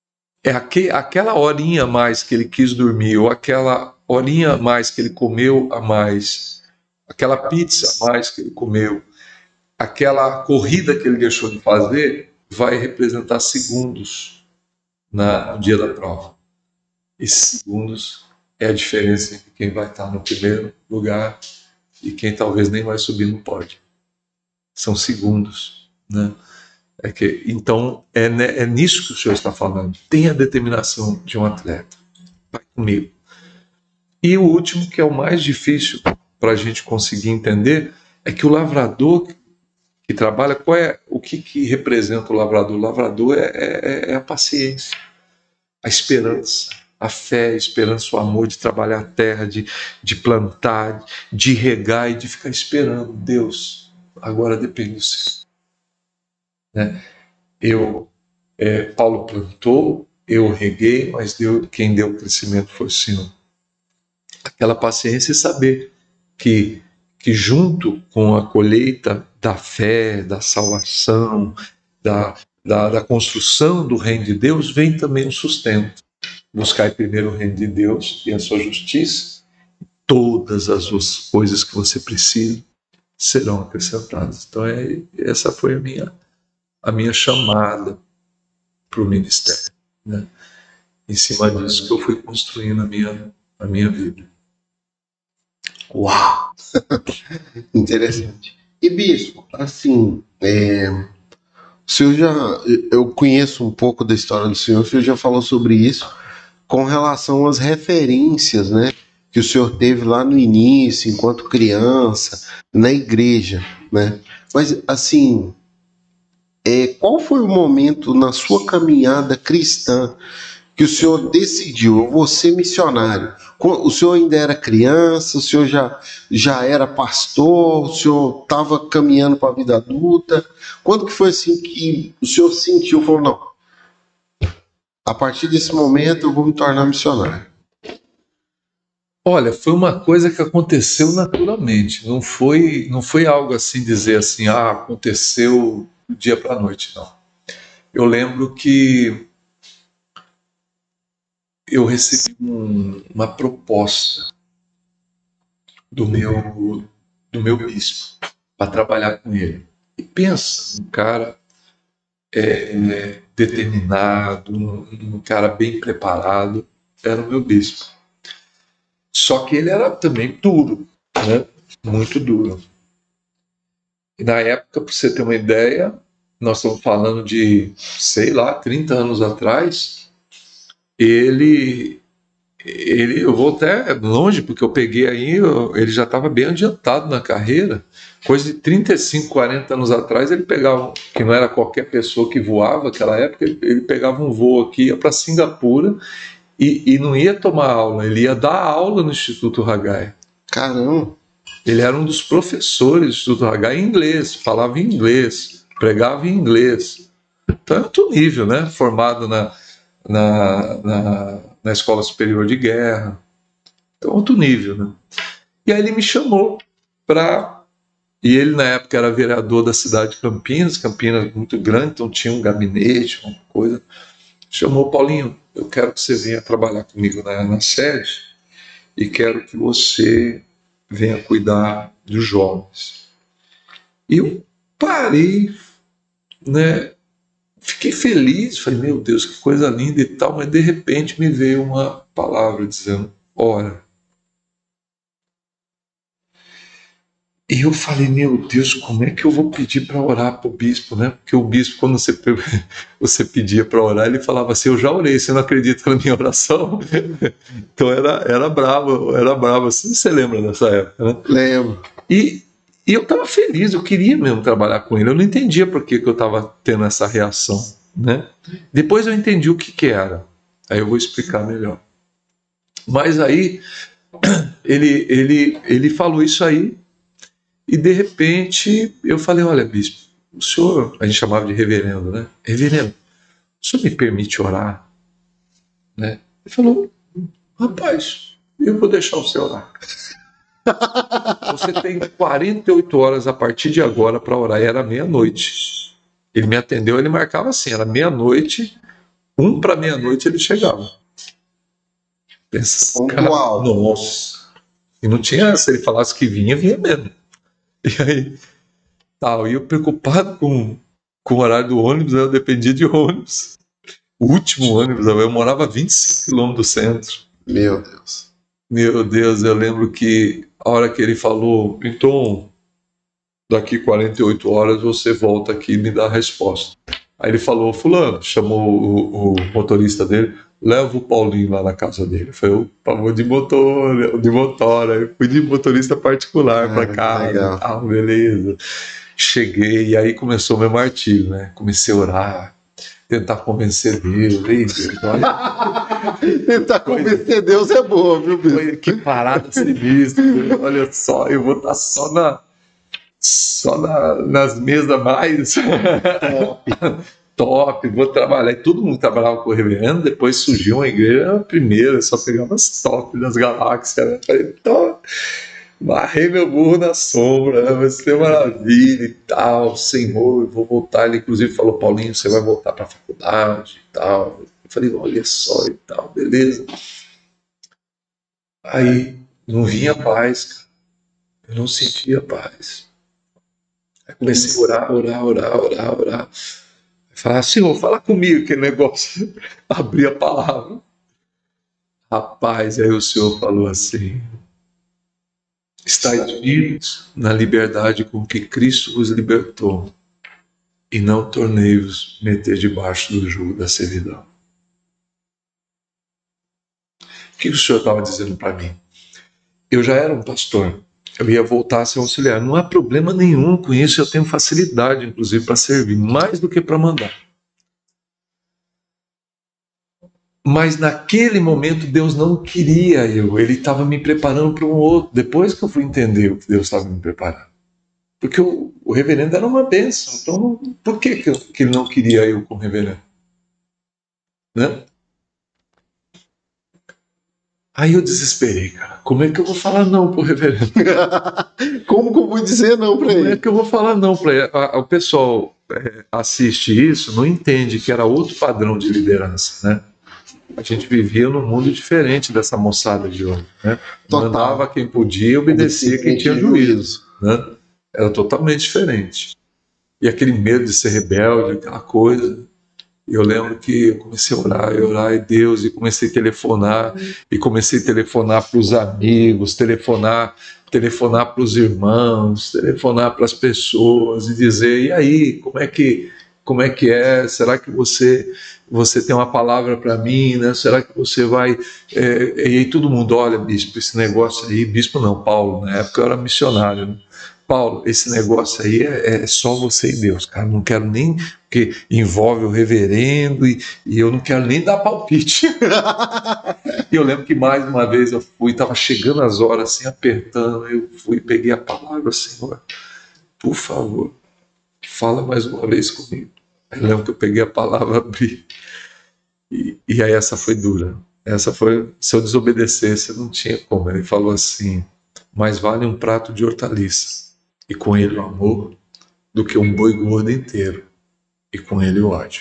aquela horinha a mais que ele quis dormir, ou aquela horinha a mais que ele comeu a mais, aquela pizza a mais que ele comeu, aquela corrida que ele deixou de fazer, vai representar segundos no dia da prova. Esses segundos é a diferença entre quem vai estar no primeiro lugar e quem talvez nem vai subir no pódio. São segundos, né? Então, é nisso que o senhor está falando. Tem a determinação de um atleta. Vai comigo. E o último, que é o mais difícil para a gente conseguir entender, é que o lavrador que trabalha, o que representa o lavrador? O lavrador é a paciência, a esperança, a fé, a esperança, o amor de trabalhar a terra, de plantar, de regar e de ficar esperando. Deus, agora depende do Senhor. Né? Paulo plantou, eu reguei, mas quem deu o crescimento foi o Senhor. Aquela paciência e saber que junto com a colheita da fé, da salvação, da construção do reino de Deus, vem também o sustento. Buscar primeiro o reino de Deus e a sua justiça, todas as outras coisas que você precisa serão acrescentadas. Então essa foi a minha chamada para o ministério, né? Em cima disso que eu fui construindo a minha vida. Uau! Interessante. E bispo, assim, o senhor eu conheço um pouco da história do senhor já falou sobre isso com relação às referências, né, que o senhor teve lá no início, enquanto criança, na igreja, né? Mas, assim, qual foi o momento na sua caminhada cristã que o senhor decidiu, eu vou ser missionário? O senhor ainda era criança, o senhor já era pastor, o senhor estava caminhando para a vida adulta? Quando que foi assim que o senhor sentiu, falou, não, a partir desse momento eu vou me tornar missionário? Olha, foi uma coisa que aconteceu naturalmente, não foi algo assim, dizer assim, aconteceu do dia para a noite, não. Eu lembro que eu recebi uma proposta do meu bispo para trabalhar com ele. E pensa, um cara determinado, um cara bem preparado, era o meu bispo. Só que ele era também duro, né? Muito duro. E na época, para você ter uma ideia, nós estamos falando de, 30 anos atrás, eu vou até longe, porque eu peguei aí, ele já estava bem adiantado na carreira, coisa de 35, 40 anos atrás, ele pegava, que não era qualquer pessoa que voava naquela época, ele pegava um voo aqui, ia para Singapura, e não ia tomar aula, ele ia dar aula no Instituto Haggai. Caramba! Ele era um dos professores do Instituto Haggai em inglês, falava em inglês, pregava em inglês. Então é outro nível, né? Formado na Escola Superior de Guerra. Então, outro nível, né? E aí ele me chamou e ele na época era vereador da cidade de Campinas muito grande, então tinha um gabinete, uma coisa. Chamou, Paulinho, eu quero que você venha trabalhar comigo na sede e quero que você venha cuidar dos jovens. E eu parei, né? Fiquei feliz, falei, meu Deus, que coisa linda e tal, mas de repente me veio uma palavra dizendo, ora. E eu falei, meu Deus, como é que eu vou pedir para orar para o bispo, né? Porque o bispo, quando você pedia para orar, ele falava assim, eu já orei, você não acredita na minha oração? Então era bravo, assim, você lembra dessa época, né? Lembro. E eu estava feliz, eu queria mesmo trabalhar com ele, eu não entendia por que eu estava tendo essa reação, né? Depois eu entendi o que era, aí eu vou explicar melhor. Mas aí, ele falou isso aí, e de repente eu falei, olha bispo, o senhor, a gente chamava de reverendo, né? Reverendo, o senhor me permite orar? Né? Ele falou, rapaz, eu vou deixar o senhor orar. Você tem 48 horas a partir de agora para orar. E era meia-noite. Ele me atendeu, ele marcava assim, era meia-noite, 1 para meia-noite ele chegava. Pensa, cara, Pontual. nossa. E não tinha, se ele falasse que vinha, vinha mesmo. E aí, tal, e eu preocupado com o horário do ônibus, eu dependia de ônibus. O último ônibus, eu morava a 25 quilômetros do centro. Meu Deus. Meu Deus, eu lembro que a hora que ele falou, então, daqui 48 horas você volta aqui e me dá a resposta. Aí ele falou, fulano, chamou o motorista dele, leva o Paulinho lá na casa dele. Foi o pavor de motora. Eu fui de motorista particular para casa, legal. tal, beleza. Cheguei e aí começou o meu martírio, né? Comecei a orar, tentar convencer Deus. Ei, Deus, olha, Tentar convencer Deus é boa, viu, bispo? olha que parada sinistra. Olha só, eu vou estar nas mesas mais top, vou trabalhar. E todo mundo trabalhava com o reverendo, depois surgiu uma igreja primeira, só pegava as top das galáxias. Né? Falei, top. Marrei meu burro na sombra, né? Vai ser maravilha e tal, Senhor, eu vou voltar. Ele inclusive falou, Paulinho, você vai voltar para a faculdade e tal. Eu falei, olha só e tal, beleza. Aí não vinha paz, cara. Eu não sentia paz. Aí comecei a orar. Falar, Senhor, fala comigo aquele negócio. Abri a palavra. Rapaz, aí o Senhor falou assim, estáis vivos na liberdade com que Cristo vos libertou, e não tornei-vos meter debaixo do jugo da servidão. O que o Senhor estava dizendo para mim? Eu já era um pastor, eu ia voltar a ser auxiliar. Não há problema nenhum com isso, eu tenho facilidade, inclusive, para servir, mais do que para mandar. Mas naquele momento Deus não queria ele estava me preparando para um outro. Depois que eu fui entender o que Deus estava me preparando. Porque o reverendo era uma bênção. Então, por que ele não queria eu como reverendo? Né? Aí eu desesperei, cara. Como é que eu vou falar não pro reverendo? Como que eu vou dizer não para ele? Como é que eu vou falar não para ele? O pessoal assiste isso, não entende que era outro padrão de liderança, né? A gente vivia num mundo diferente dessa moçada de hoje, né? Mandava quem podia, obedecia quem tinha juízo, né? Era totalmente diferente. E aquele medo de ser rebelde, aquela coisa. E eu lembro que eu comecei a orar e Deus, e comecei a telefonar para os amigos, telefonar para os irmãos, telefonar para as pessoas e dizer, e aí, como é que é? Será que você tem uma palavra para mim, né? Será que você vai... E aí todo mundo, olha, bispo, esse negócio aí, bispo não, Paulo, na época eu era missionário, né? Paulo, esse negócio aí é só você e Deus, cara, não quero nem, porque envolve o reverendo e eu não quero nem dar palpite. E eu lembro que mais uma vez eu fui, estava chegando as horas assim, apertando, eu fui, peguei a palavra, Senhor, por favor, fala mais uma vez comigo. Eu lembro que eu peguei a palavra, abri, e aí essa foi dura. Essa foi, se eu desobedecesse, não tinha como. Ele falou assim, mais vale um prato de hortaliças e com ele o amor, do que um boi gordo inteiro, e com ele o ódio.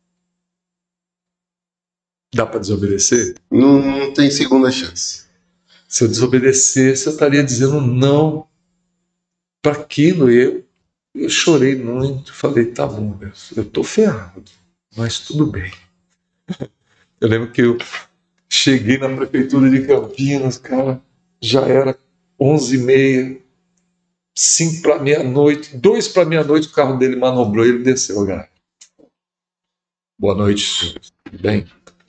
Dá para desobedecer? Não tem segunda chance. Se eu desobedecesse, eu estaria dizendo não para aquilo. Eu chorei muito, falei, tá bom, Deus, eu tô ferrado, mas tudo bem. Eu lembro que eu cheguei na prefeitura de Campinas, cara, já era 11h30, 5 para meia-noite, 2 para meia-noite, o carro dele manobrou e ele desceu, cara. Boa noite, senhor. Tudo bem?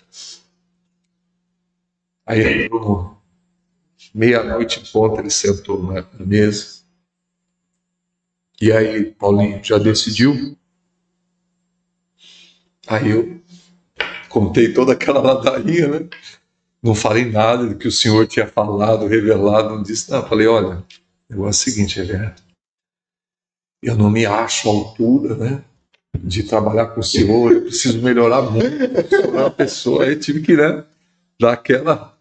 Aí, meia-noite em ponto, ele sentou na mesa. E aí, Paulinho, já decidiu? Aí eu contei toda aquela ladainha, né? Não falei nada do que o senhor tinha falado, revelado, não disse nada. Falei, olha, o negócio é o seguinte, eu não me acho à altura, né, de trabalhar com o senhor, eu preciso melhorar muito, eu sou uma pessoa, aí tive que, né, dar aquela...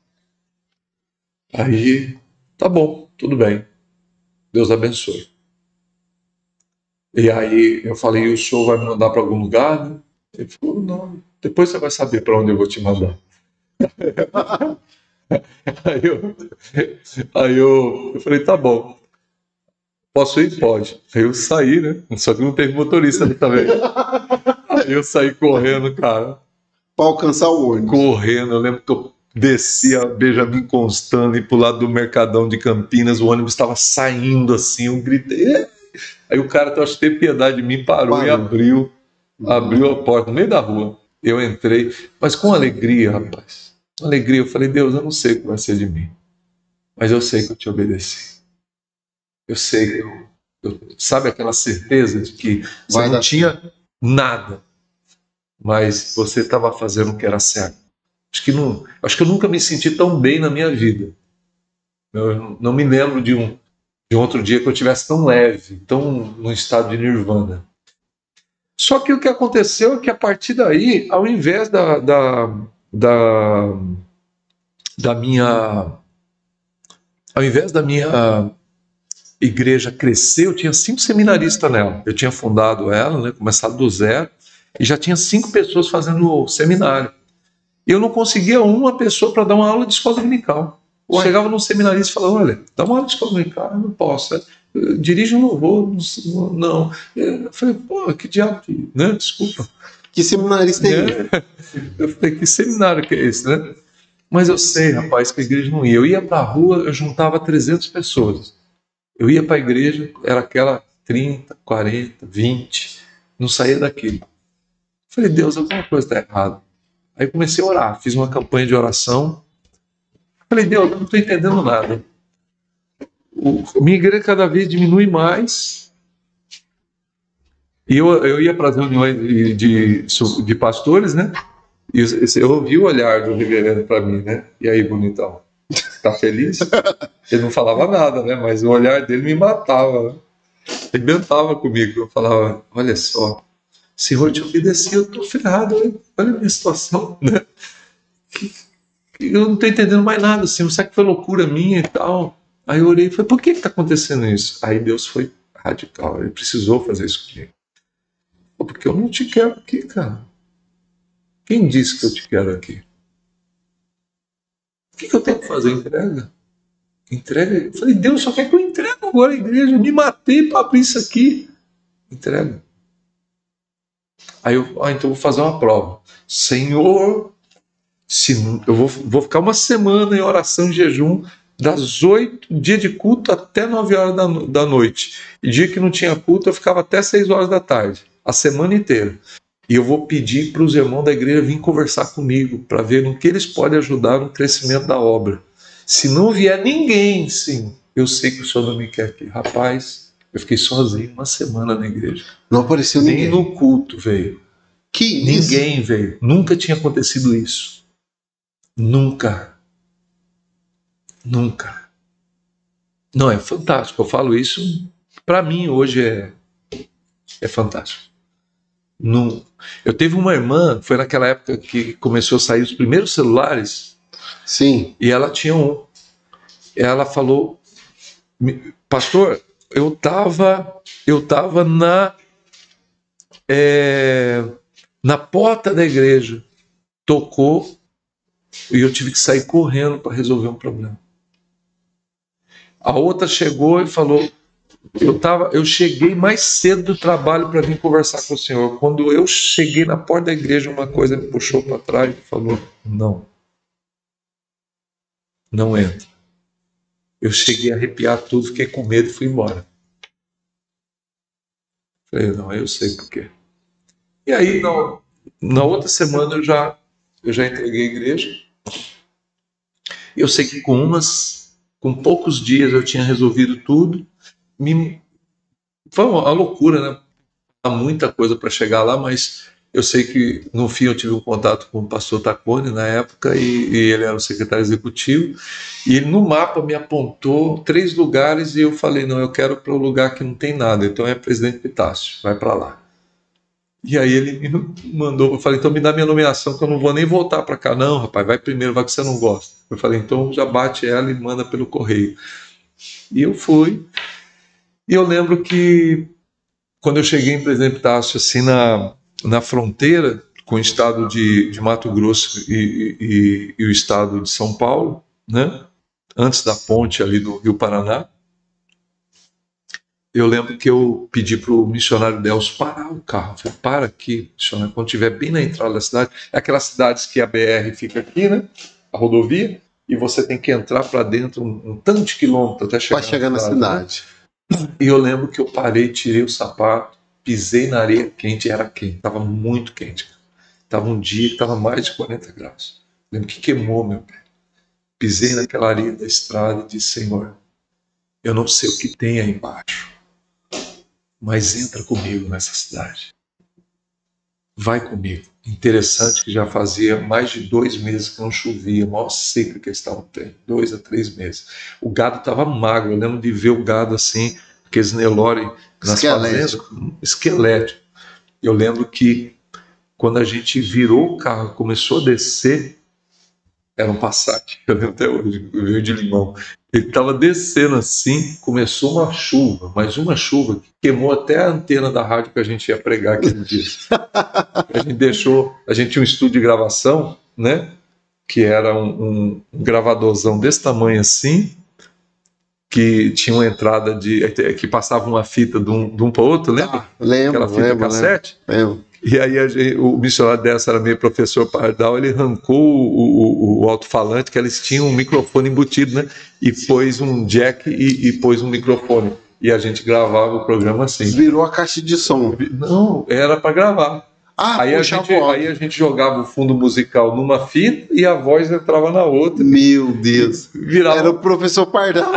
Aí, tá bom, tudo bem, Deus abençoe. E aí eu falei, o senhor vai me mandar para algum lugar? Né? Ele falou, não, depois você vai saber para onde eu vou te mandar. Aí eu falei, tá bom. Posso ir? Pode. Aí eu saí, né? Só que não teve motorista ali também. Aí eu saí correndo, cara. Para alcançar o ônibus. Correndo. Eu lembro que eu desci a Benjamin Constant e pro lado do Mercadão de Campinas. O ônibus estava saindo assim. Eu gritei. Aí o cara, eu acho que teve piedade de mim, parou e abriu a porta no meio da rua. Eu entrei, mas com alegria, rapaz. Com alegria. Eu falei, Deus, eu não sei o que vai ser de mim. Mas eu sei que eu te obedeci. Eu sei que sabe aquela certeza de que você não tinha nada, mas você estava fazendo o que era certo. Acho que eu nunca me senti tão bem na minha vida. Eu não me lembro de um outro dia que eu tivesse tão leve, tão no estado de nirvana. Só que o que aconteceu é que a partir daí, ao invés da minha igreja crescer, eu tinha 5 seminaristas nela. Eu tinha fundado ela, né, começado do zero, e já tinha 5 pessoas fazendo o seminário. Eu não conseguia uma pessoa para dar uma aula de escola dominical. Eu chegava num seminarista e falava, olha, dá uma aula de escola dominical, eu não posso. Dirige um louvor, não. Eu falei, pô, que diabo, né? Desculpa. Que seminarista é esse? Eu falei, que seminário que é esse, né? Mas eu sei, rapaz, que a igreja não ia. Eu ia para a rua, eu juntava 300 pessoas. Eu ia para a igreja, era aquela 30, 40, 20, não saía daquilo. Falei, Deus, alguma coisa está errada. Aí comecei a orar, fiz uma campanha de oração. Falei, Deus, eu não estou entendendo nada. Minha igreja cada vez diminui mais. E eu ia para as reuniões de pastores, né? E eu ouvi o olhar do reverendo para mim, né? E aí, bonitão, tá feliz? Ele não falava nada, né? Mas o olhar dele me matava, né? Arrebentava comigo. Eu falava, olha só, Senhor, te obedeci, eu tô ferrado, né? Olha a minha situação, né? Eu não tô entendendo mais nada, Senhor, será que foi loucura minha e tal? Aí eu orei e falei, por que tá acontecendo isso? Aí Deus foi radical, ele precisou fazer isso comigo. Porque eu não te quero aqui, cara. Quem disse que eu te quero aqui? O que eu tenho que fazer? Entrega. Eu falei, Deus só quer que eu entregue agora a igreja. Eu me matei para abrir isso aqui. Entrega. Aí eu, então eu vou fazer uma prova. Senhor, eu vou ficar uma semana em oração e jejum, das 8, dia de culto até 9 horas da noite. E dia que não tinha culto, eu ficava até 6 horas da tarde. A semana inteira. E eu vou pedir para os irmãos da igreja virem conversar comigo, para ver no que eles podem ajudar no crescimento da obra. Se não vier ninguém, sim, eu sei que o Senhor não me quer aqui. Rapaz, eu fiquei sozinho uma semana na igreja. Não apareceu ninguém. Nem no culto veio. Que ninguém veio. Nunca tinha acontecido isso. Nunca. Nunca. Não, é fantástico. Eu falo isso, para mim hoje é fantástico. Eu tive uma irmã, foi naquela época que começou a sair os primeiros celulares. Sim. E ela tinha um. Ela falou, pastor, eu tava na porta da igreja, tocou e eu tive que sair correndo para resolver um problema. A outra chegou e falou, eu cheguei mais cedo do trabalho para vir conversar com o senhor. Quando eu cheguei na porta da igreja, uma coisa me puxou para trás e falou, não entra. Eu cheguei a arrepiar tudo, fiquei com medo e fui embora. Falei, não, eu sei por quê. E aí, na outra semana, eu já entreguei a igreja. Eu sei que com poucos dias eu tinha resolvido tudo. Foi uma loucura, né? Há muita coisa para chegar lá, mas eu sei que no fim eu tive um contato com o pastor Tacone na época e ele era o secretário executivo e ele no mapa me apontou 3 lugares e eu falei, não, eu quero para o lugar que não tem nada, então é Presidente Epitácio, vai para lá. E aí ele me mandou, eu falei, então me dá minha nomeação que eu não vou nem voltar para cá. Não, rapaz, vai primeiro, vai que você não gosta. Eu falei, então já bate ela e manda pelo correio. E eu fui. E eu lembro que quando eu cheguei em Presidente Epitácio, assim, na fronteira, com o estado de Mato Grosso e o estado de São Paulo, né? Antes da ponte ali do Rio Paraná. Eu lembro que eu pedi para o missionário Delcio parar o carro. Eu falei, para aqui, missionário, quando estiver bem na entrada da cidade. É aquelas cidades que a BR fica aqui, né? A rodovia, e você tem que entrar para dentro um tanto de quilômetro até chegar na cidade. Né? E eu lembro que eu parei, tirei o sapato, pisei na areia quente, era quente, estava muito quente. Estava um dia que estava mais de 40 graus. Eu lembro que queimou meu pé. Pisei naquela areia da estrada e disse, Senhor, eu não sei o que tem aí embaixo, mas entra comigo nessa cidade. Vai comigo. Interessante que já fazia mais de 2 meses que não chovia, maior seca que eles estavam tendo, 2 a 3 meses. O gado estava magro, eu lembro de ver o gado assim, aqueles Nelore nas fazendas, esquelético. Eu lembro que quando a gente virou o carro, começou a descer, era um Passat, eu lembro até hoje, veio de limão. Ele estava descendo assim, começou uma chuva, mas uma chuva que queimou até a antena da rádio que a gente ia pregar aquele dia. A gente tinha um estúdio de gravação, né? Que era um gravadorzão desse tamanho assim, que tinha uma entrada que passava uma fita de um para o outro, lembra? Lembro. Aquela fita cassete? Lembro. E aí o missionário dessa era meio professor Pardal, ele arrancou o alto-falante, que eles tinham um microfone embutido, né? E pôs um jack e pôs um microfone. E a gente gravava o programa assim. Virou a caixa de som. Não, era para gravar. Aí a gente jogava o fundo musical numa fita e a voz entrava na outra. Meu Deus. Virava... Era o professor Pardal.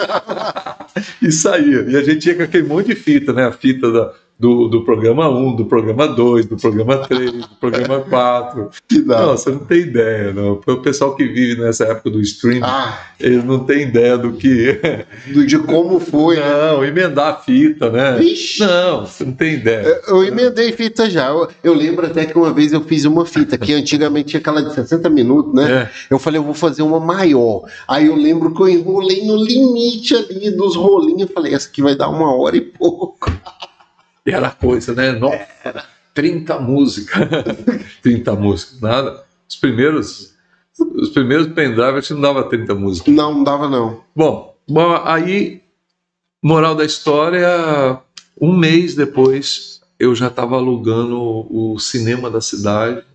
E saía. E a gente ia com aquele monte de fita, né? A fita do programa 1, do programa 2, do programa 3, do programa 4. Não, você não tem ideia, não. O pessoal que vive nessa época do streaming, eles não têm ideia de como foi. Não, emendar a fita, né? Ixi. Não, você não tem ideia. Eu emendei fita já. Eu lembro até que uma vez eu fiz uma fita, que antigamente tinha aquela de 60 minutos, né? Eu falei, eu vou fazer uma maior. Aí eu lembro que eu enrolei no limite ali dos rolinhos. Eu falei, essa aqui vai dar 1 hora e pouco. E era coisa, né? Nossa, 30 músicas. 30 músicas, nada. Os primeiros pendrive a gente não dava 30 músicas. Não dava não. Bom, aí, moral da história, 1 mês depois eu já estava alugando o cinema da cidade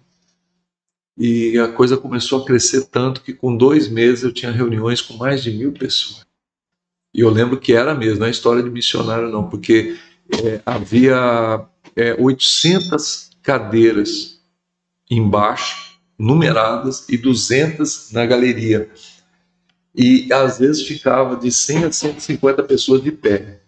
e a coisa começou a crescer tanto que com 2 meses eu tinha reuniões com mais de 1.000 pessoas. E eu lembro que era mesmo, não é história de missionário não, porque havia 800 cadeiras embaixo, numeradas, e 200 na galeria. E às vezes ficava de 100 a 150 pessoas de pé.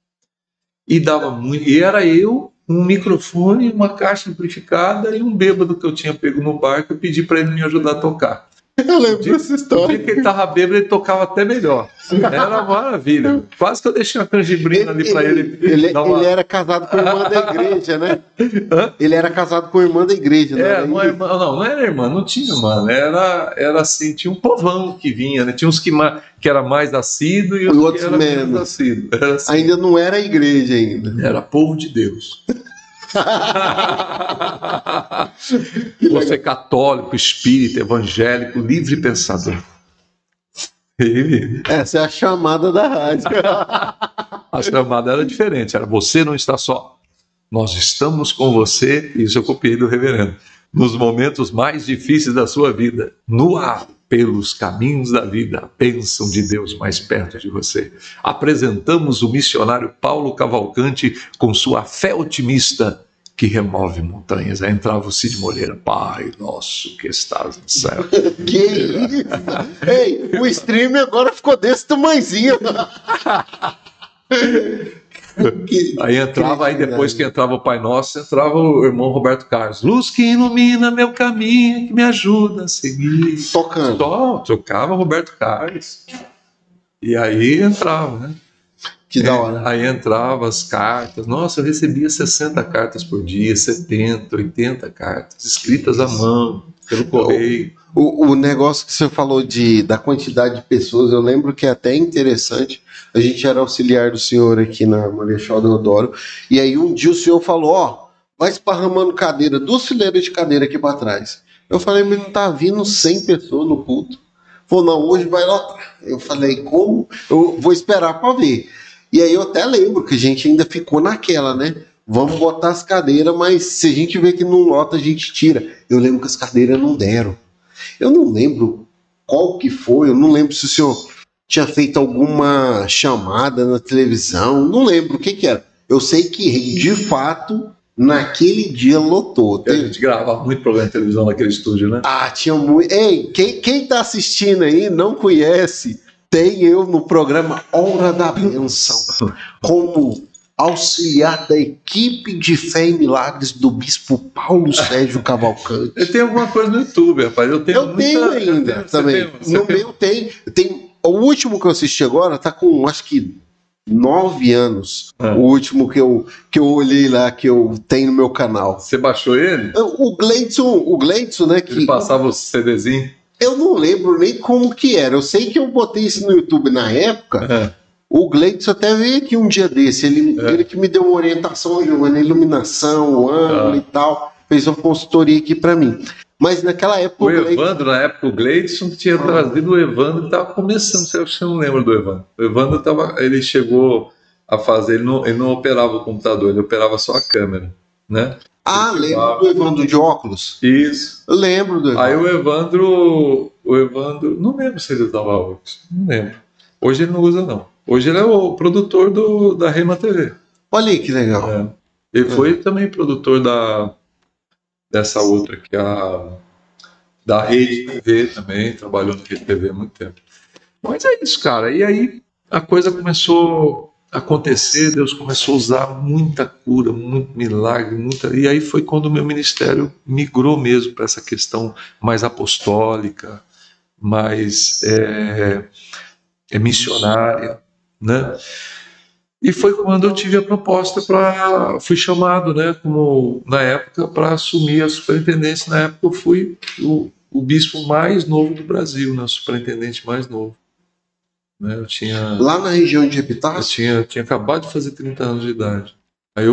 E dava muito. E era eu, um microfone, uma caixa amplificada e um bêbado que eu tinha pego no bar que eu pedi para ele me ajudar a tocar. Eu lembro dessa história. O dia que ele estava bêbado, ele tocava até melhor. Era uma maravilha. Quase que eu deixei uma canjibrina ali para ele. Ele era casado com a irmã da igreja, né? Ele era casado com a irmã da igreja, né? Não era irmã, não tinha irmã. Né? Era assim, tinha um povão que vinha, né? Tinha uns que era mais assíduo e outros que era menos assíduo. Assim. Ainda não era a igreja ainda. Era povo de Deus. Você é católico, espírita, evangélico, livre pensador. Essa é a chamada da rádio. A chamada era diferente, era você não está só. Nós estamos com você, isso eu copiei do reverendo, nos momentos mais difíceis da sua vida, no ar, pelos caminhos da vida, a bênção de Deus mais perto de você. Apresentamos o missionário Paulo Cavalcante com sua fé otimista que remove montanhas. Aí entrava o Cid Moreira, Pai nosso que estás no céu. Que isso? Ei, o stream agora ficou desse tamanhozinho. Aí entrava, aí depois que entrava o Pai Nosso, entrava o irmão Roberto Carlos. Luz que ilumina meu caminho, que me ajuda a seguir. Tocando. Tocava Roberto Carlos. E aí entrava, né? Que da hora. Aí entrava as cartas. Nossa, eu recebia 60 cartas por dia, 70, 80 cartas, escritas à mão, pelo correio. O negócio que você falou da quantidade de pessoas, eu lembro que é até interessante. A gente era auxiliar do senhor aqui na Marechal Deodoro, e aí um dia o senhor falou, vai esparramando cadeira, 2 fileiras de cadeira aqui para trás. Eu falei, mas não tá vindo 100 pessoas no culto. Falou, não, hoje vai lotar. Eu falei, como? Eu vou esperar para ver. E aí eu até lembro que a gente ainda ficou naquela, né? Vamos botar as cadeiras, mas se a gente vê que não lota, a gente tira. Eu lembro que as cadeiras não deram. Eu não lembro qual que foi, eu não lembro se o senhor tinha feito alguma chamada na televisão, não lembro o que que era. Eu sei que, de fato, naquele dia lotou. A gente gravava muito programa de televisão naquele estúdio, né? Ah, tinha muito. Ei, quem tá assistindo aí não conhece, tem eu no programa Hora da Bênção, como auxiliar da equipe de fé e milagres do bispo Paulo Sérgio Cavalcante. Eu tenho alguma coisa no YouTube, rapaz. Eu tenho ainda também. No meu tem. O último que eu assisti agora tá com, acho que, 9 anos. O último que eu olhei lá, que eu tenho no meu canal. Você baixou ele? O Gleidson, né? Ele passava o CDzinho? Eu não lembro nem como que era. Eu sei que eu botei isso no YouTube na época. O Gleidson até veio aqui um dia desse. Ele que me deu uma orientação, Giovanni, iluminação, o ângulo e tal. Fez uma consultoria aqui pra mim. Mas naquela época... O Evandro, na época, o Gleidson tinha trazido o Evandro e estava começando. Você não lembra do Evandro? O Evandro ele chegou a fazer... Ele não operava o computador, ele operava só a câmera, né? Ah, lembro do Evandro de óculos? Isso. Eu lembro do Evandro. Aí o Evandro... Não lembro se ele usava óculos. Não lembro. Hoje ele não usa, não. Hoje ele é o produtor da Rema TV. Olha aí que legal. Ele foi também produtor dessa outra que da Rede TV também, trabalhou na Rede TV há muito tempo. Mas é isso, cara. E aí a coisa começou a acontecer, Deus começou a usar muita cura, muito milagre, e aí foi quando o meu ministério migrou mesmo para essa questão mais apostólica, mais missionária, né? E foi quando eu tive a proposta fui chamado, né, como na época, para assumir a superintendência. Na época eu fui o bispo mais novo do Brasil, né, o superintendente mais novo. Né, eu tinha... Lá na região de Epitácio? Eu tinha acabado de fazer 30 anos de idade. Aí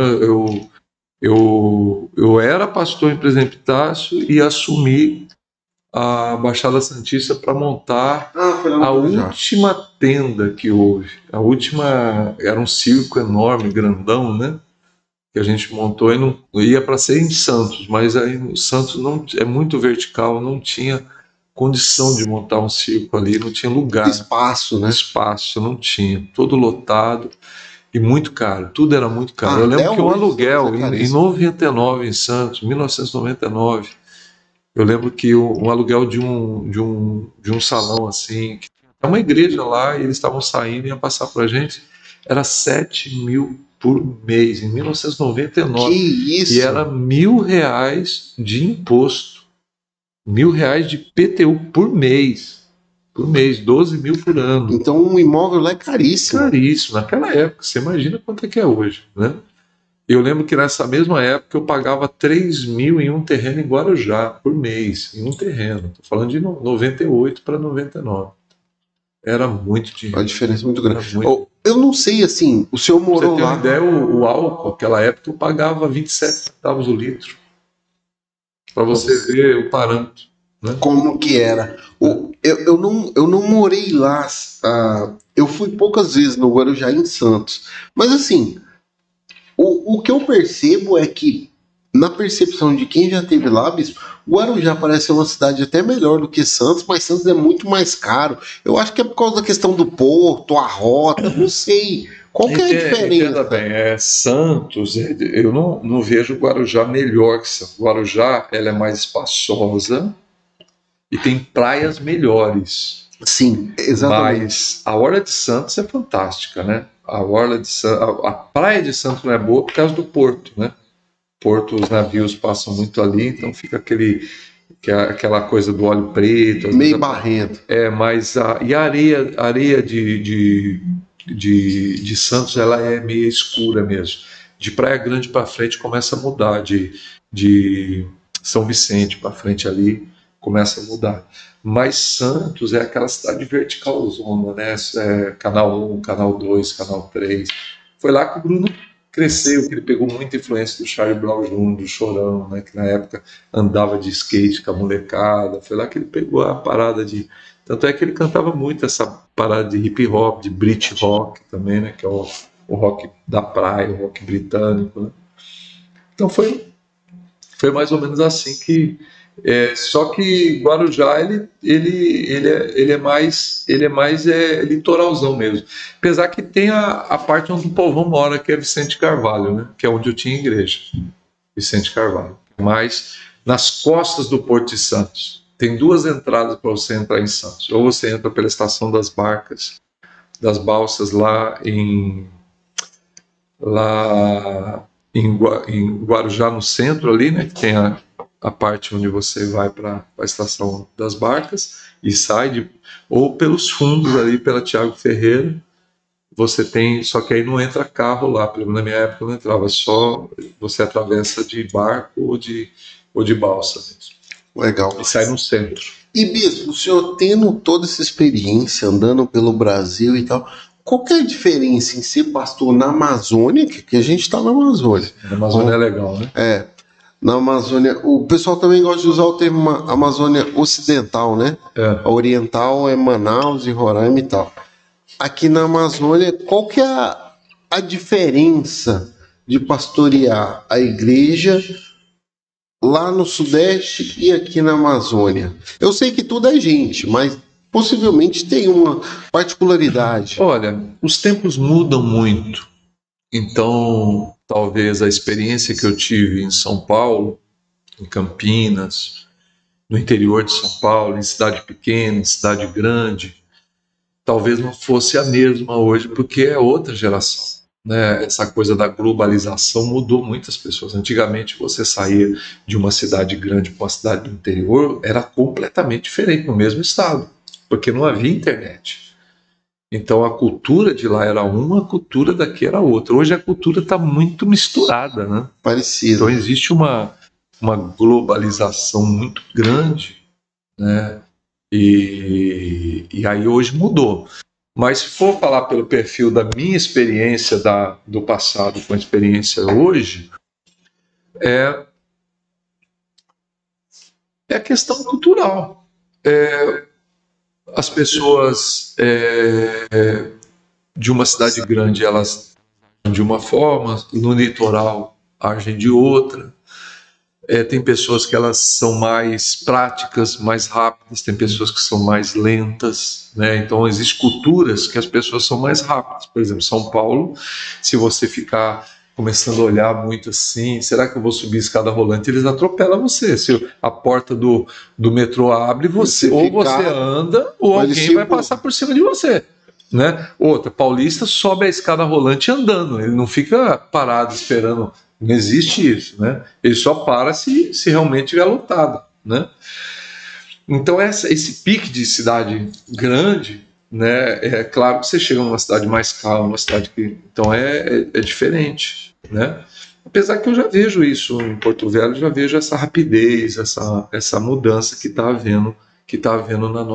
eu era pastor em Presidente Epitácio e assumi a Baixada Santista para montar a última tenda que houve. A última era um circo enorme, grandão, né? Que a gente montou e não ia para ser em Santos, mas aí Santos não é muito vertical, não tinha condição de montar um circo ali, não tinha lugar. Espaço, né? Espaço, não tinha. Todo lotado e muito caro. Tudo era muito caro. Eu lembro que um aluguel em 99 em Santos, 1999. Eu lembro que um aluguel de um salão assim, que é uma igreja lá, e eles estavam saindo e iam passar para a gente, era 7 mil por mês, em 1999. Que isso? E era R$1.000 de imposto, R$1.000 de PTU por mês. Por mês, 12 mil por ano. Então um imóvel lá é caríssimo. Caríssimo, naquela época, você imagina quanto é que é hoje, né? Eu lembro que nessa mesma época eu pagava 3 mil em um terreno em Guarujá por mês, em um terreno. Estou falando de 98 para 99. Era muito dinheiro. A diferença é muito grande. Eu não sei, assim, o senhor morou lá... Pra você ter uma ideia, o álcool, naquela época, eu pagava 27 centavos o litro. Para você ver o parâmetro. Né? Como que era. Eu não morei lá. Eu fui poucas vezes no Guarujá, em Santos. Mas, assim... O que eu percebo é que, na percepção de quem já esteve lá, bispo, Guarujá parece ser uma cidade até melhor do que Santos, mas Santos é muito mais caro. Eu acho que é por causa da questão do porto, a rota, não sei. Qual que é a diferença? Bem, Santos, eu não vejo Guarujá melhor que Santos. Guarujá, ela é mais espaçosa e tem praias melhores. Sim, exatamente. Mas a Orla de Santos é fantástica, né? A praia de Santos não é boa por causa do porto, né? Porto, os navios passam muito ali, então fica aquela coisa do óleo preto. Meio barrento. Mas a areia de Santos, ela é meio escura mesmo. De Praia Grande para frente começa a mudar, de São Vicente para frente ali começa a mudar. Mas Santos é aquela cidade verticalzona, né? Canal 1, Canal 2, Canal 3. Foi lá que o Bruno cresceu, que ele pegou muita influência do Charlie Brown Jr., do Chorão, né, que na época andava de skate com a molecada. Foi lá que ele pegou a parada de... Tanto é que ele cantava muito essa parada de hip hop, de Brit rock também, né, que é o rock da praia, o rock britânico, né? Então foi mais ou menos assim que... só que Guarujá ele é mais litoralzão mesmo, apesar que tem a parte onde o povão mora, que é Vicente Carvalho, né? Que é onde eu tinha igreja, Vicente Carvalho, mas nas costas do Porto de Santos. Tem 2 entradas para você entrar em Santos. Ou você entra pela estação das barcas, das balsas lá em Guarujá, no centro ali, né? Que tem a parte onde você vai para a estação das barcas e sai, ou pelos fundos ali, pela Tiago Ferreira, você tem, só que aí não entra carro lá, pelo menos na minha época não entrava, só você atravessa de barco ou de balsa mesmo. Legal. E sai no centro. E Bispo, o senhor tendo toda essa experiência, andando pelo Brasil e tal, qual que é a diferença em ser pastor na Amazônia, que a gente está na Amazônia? Na Amazônia é legal, né? Na Amazônia, o pessoal também gosta de usar o termo Amazônia Ocidental, né? A Oriental é Manaus e Roraima e tal. Aqui na Amazônia, qual que é a diferença de pastorear a igreja lá no Sudeste e aqui na Amazônia? Eu sei que tudo é gente, mas possivelmente tem uma particularidade. Olha, os tempos mudam muito. Então, talvez a experiência que eu tive em São Paulo, em Campinas, no interior de São Paulo, em cidade pequena, em cidade grande, talvez não fosse a mesma hoje, porque é outra geração, né? Essa coisa da globalização mudou muitas pessoas. Antigamente, você saía de uma cidade grande para uma cidade do interior, era completamente diferente, no mesmo estado, porque não havia internet. Então a cultura de lá era uma, a cultura daqui era outra. Hoje a cultura está muito misturada, né? Parecido. Então existe uma globalização muito grande, né? E aí hoje mudou. Mas se for falar pelo perfil da minha experiência do passado com a experiência hoje, é a questão cultural. As pessoas de uma cidade grande, elas agem de uma forma, no litoral agem de outra. Tem pessoas que elas são mais práticas, mais rápidas, tem pessoas que são mais lentas, né? Então existem culturas que as pessoas são mais rápidas. Por exemplo, São Paulo, se você ficar começando a olhar muito assim, será que eu vou subir escada rolante? Eles atropelam você. Se a porta do metrô abre, você anda, ou alguém vai passar por cima de você, né? Outra, paulista sobe a escada rolante andando, ele não fica parado esperando. Não existe isso, né? Ele só para se realmente estiver lotado, né? Então esse pique de cidade grande, né? É claro que você chega numa cidade mais calma, uma cidade que então é diferente, né? Apesar que eu já vejo isso em Porto Velho, já vejo essa rapidez, essa mudança que está havendo na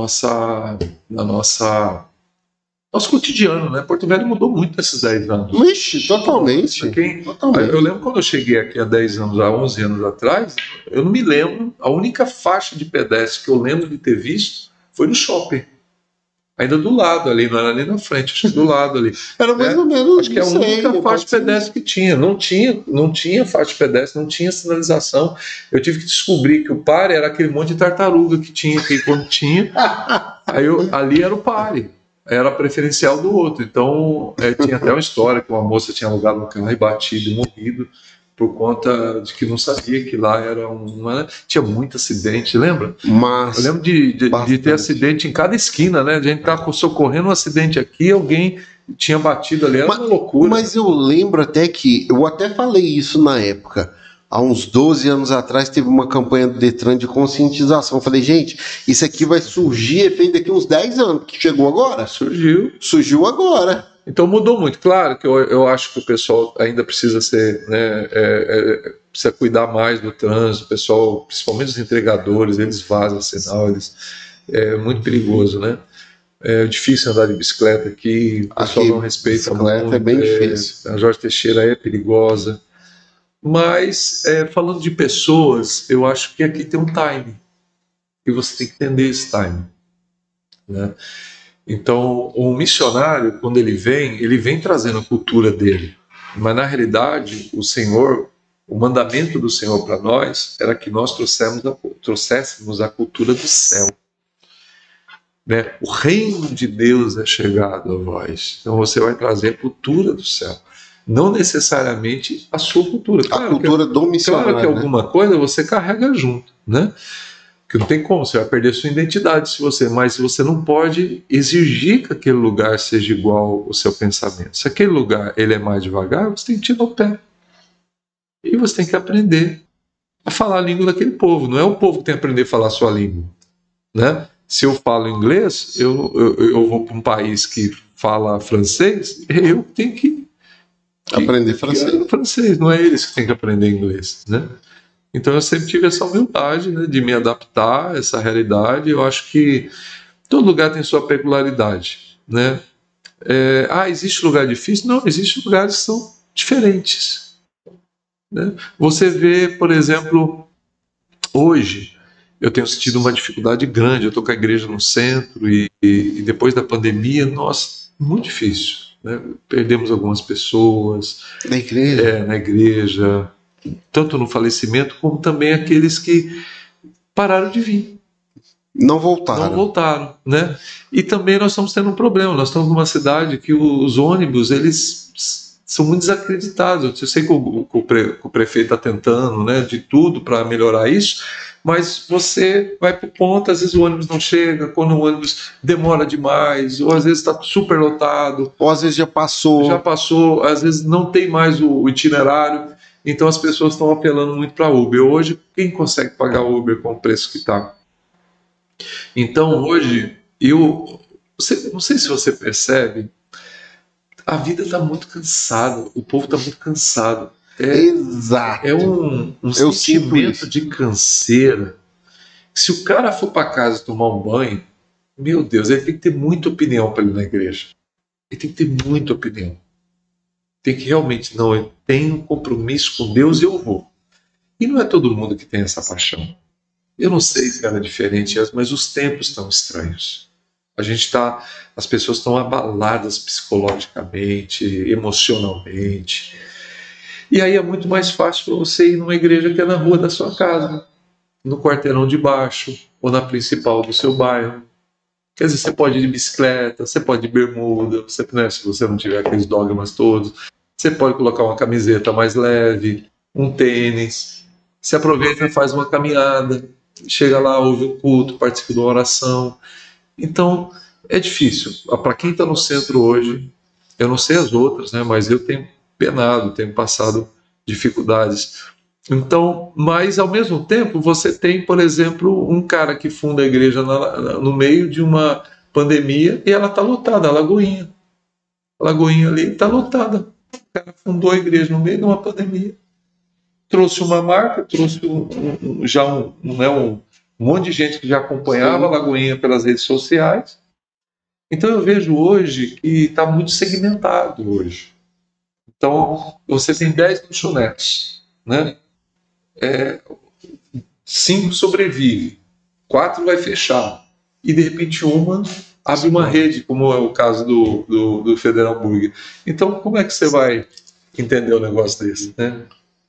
nosso cotidiano, né? Porto Velho mudou muito nesses 10 anos. Ixi, totalmente. Eu lembro quando eu cheguei aqui há 10 anos, há 11 anos atrás, eu não me lembro, a única faixa de pedestre que eu lembro de ter visto foi no shopping. Ainda do lado ali, não era ali na frente, acho que do lado ali. Era mais ou menos. Acho que é a única faixa de pedestre que tinha. Não tinha faixa de pedestre, não tinha sinalização. Eu tive que descobrir que o pare era aquele monte de tartaruga que tinha, que quando tinha, ali era o pare. Era preferencial do outro. Então, tinha até uma história que uma moça tinha alugado um carro e batido e morrido por conta de que não sabia que lá era tinha muito acidente, lembra? Mas eu lembro de ter acidente em cada esquina, né? A gente estava socorrendo um acidente aqui, alguém tinha batido ali, era uma loucura. Mas eu lembro até que, eu até falei isso na época, há uns 12 anos atrás teve uma campanha do Detran de conscientização. Eu falei, gente, isso aqui vai surgir efeito daqui uns 10 anos, que chegou agora. Surgiu agora. Então mudou muito. Claro que eu acho que o pessoal ainda precisa ser, né, precisa cuidar mais do trânsito. O pessoal, principalmente os entregadores, eles vazam sinal, é muito perigoso, né? É difícil andar de bicicleta aqui, o pessoal não respeita muito. Bicicleta é bem difícil. A Jorge Teixeira é perigosa. Mas, falando de pessoas, eu acho que aqui tem um time. E você tem que entender esse time, né? Então, um missionário, quando ele vem trazendo a cultura dele. Mas, na realidade, o mandamento do Senhor para nós era que nós trouxéssemos a cultura do céu. Né? O reino de Deus é chegado a vós. Então você vai trazer a cultura do céu. Não necessariamente a sua cultura. A cultura do missionário. Claro que alguma coisa você carrega junto, né? Que não tem como, você vai perder sua identidade mas você não pode exigir que aquele lugar seja igual ao seu pensamento. Se aquele lugar ele é mais devagar, você tem que tirar o pé. E você tem que aprender a falar a língua daquele povo. Não é o povo que tem que aprender a falar a sua língua, né? Se eu falo inglês, eu vou para um país que fala francês, eu tenho que aprender francês. Não é eles que têm que aprender inglês, né? Então eu sempre tive essa humildade, né, de me adaptar a essa realidade. Eu acho que todo lugar tem sua peculiaridade, né? Existe lugar difícil? Não, existem lugares que são diferentes, né? Você vê, por exemplo, hoje eu tenho sentido uma dificuldade grande. Eu estou com a igreja no centro e depois da pandemia, nossa, muito difícil, né? Perdemos algumas pessoas na igreja, tanto no falecimento como também aqueles que pararam de vir. Não voltaram, né? E também nós estamos tendo um problema. Nós estamos numa cidade que os ônibus, eles são muito desacreditados. Eu sei que o prefeito está tentando, né, de tudo para melhorar isso, mas você vai para o ponto, às vezes o ônibus não chega, quando o ônibus demora demais, ou às vezes está super lotado, ou às vezes já passou, às vezes não tem mais o itinerário. Então as pessoas estão apelando muito para Uber. Hoje, quem consegue pagar Uber com o preço que está? Então hoje, não sei se você percebe, a vida está muito cansada, o povo está muito cansado. Exato. É um sentimento de canseira. Se o cara for para casa tomar um banho, meu Deus, ele tem que ter muita opinião para ir na igreja. Ele tem que ter muita opinião. Tem que realmente, não, eu tenho um compromisso com Deus e eu vou. E não é todo mundo que tem essa paixão. Eu não sei se era diferente, mas os tempos estão estranhos. As pessoas estão abaladas psicologicamente, emocionalmente. E aí é muito mais fácil para você ir numa igreja que é na rua da sua casa, no quarteirão de baixo, ou na principal do seu bairro. Quer dizer, você pode ir de bicicleta, você pode ir de bermuda, né, se você não tiver aqueles dogmas todos. Você pode colocar uma camiseta mais leve, um tênis. Você aproveita e faz uma caminhada, chega lá, ouve o culto, participa de uma oração. Então, é difícil. Para quem está no centro hoje, eu não sei as outras, né, mas eu tenho penado, tenho passado dificuldades. Então, mas ao mesmo tempo, você tem, por exemplo, um cara que funda a igreja no meio de uma pandemia e ela está lotada, a Lagoinha. A Lagoinha ali está lotada. O cara fundou a igreja no meio de uma pandemia. Trouxe uma marca, trouxe um monte de gente que já acompanhava a Lagoinha pelas redes sociais. Então eu vejo hoje que está muito segmentado hoje. Então você tem 10 lanchonetes, né? 5 sobrevivem, 4 vai fechar. E de repente uma abre uma rede, como é o caso do Federal Burger. Então como é que você vai entender um negócio desse, né?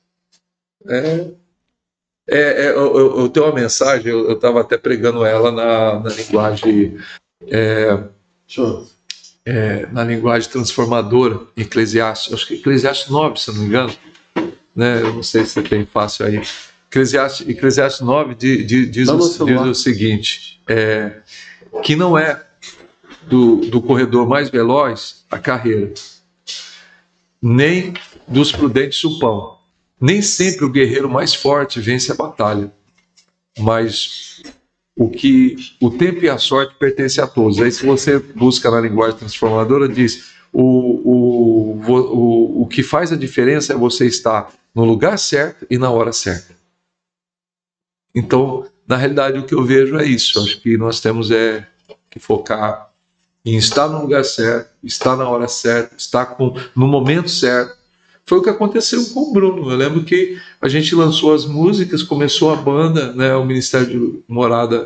Eu tenho uma mensagem, eu estava até pregando ela na linguagem na linguagem transformadora, Eclesiastes, acho que Eclesiastes 9, se eu não me engano, né? Eu não sei se você tem fácil aí. Eclesiastes 9 diz o seguinte, que não é do corredor mais veloz a carreira, nem dos prudentes o pão. Nem sempre o guerreiro mais forte vence a batalha, mas o tempo e a sorte pertencem a todos. Aí se você busca na linguagem transformadora, diz o que faz a diferença é você estar no lugar certo e na hora certa. Então, na realidade, o que eu vejo é isso. Acho que nós temos que focar em estar no lugar certo, estar na hora certa, estar no momento certo. Foi o que aconteceu com o Bruno. Eu lembro que a gente lançou as músicas, começou a banda, né, o Ministério de Morada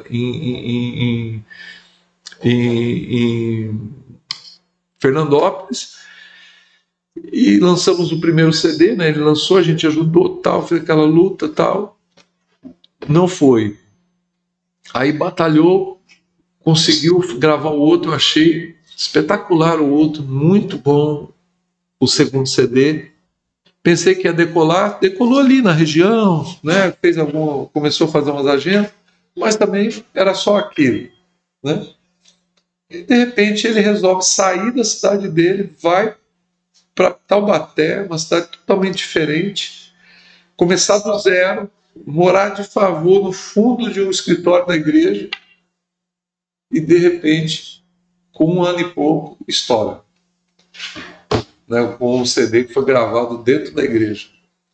em Fernandópolis, e lançamos o primeiro CD, né? Ele lançou, a gente ajudou, tal, fez aquela luta, tal. Não foi. Aí batalhou, conseguiu gravar o outro, eu achei espetacular o outro, muito bom o segundo CD. Pensei que ia decolar, decolou ali na região, né? Começou a fazer umas agendas, mas também era só aquilo, né? E de repente ele resolve sair da cidade dele, vai para Taubaté, uma cidade totalmente diferente, começar do zero, morar de favor no fundo de um escritório da igreja e, de repente, com 1 ano e pouco, estoura. Né, com um CD que foi gravado dentro da igreja.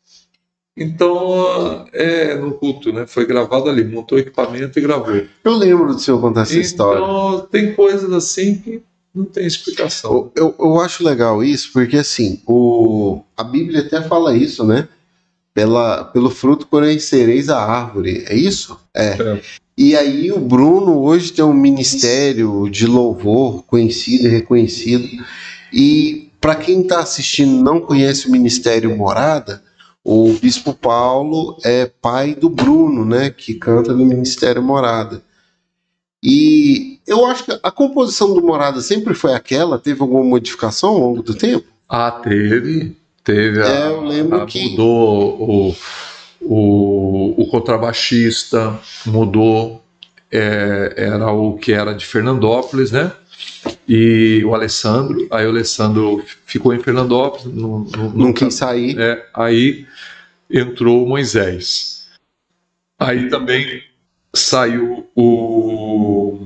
Então, no culto, né, foi gravado ali, montou o equipamento e gravou. Eu lembro do senhor contar essa história. Então, tem coisas assim que não tem explicação. Eu acho legal isso, porque assim, a Bíblia até fala isso, né? Pelo fruto conhecereis a árvore, é isso? É. E aí o Bruno hoje tem um ministério de louvor conhecido e reconhecido. E para quem está assistindo e não conhece o Ministério Morada, o Bispo Paulo é pai do Bruno, né? Que canta no Ministério Morada. E eu acho que a composição do Morada sempre foi aquela? Teve alguma modificação ao longo do tempo? Teve. Eu lembro que mudou o contrabaixista, mudou, era o que era de Fernandópolis, né? E o Alessandro, aí o Alessandro ficou em Fernandópolis, não quis sair. Aí entrou o Moisés. Aí também saiu o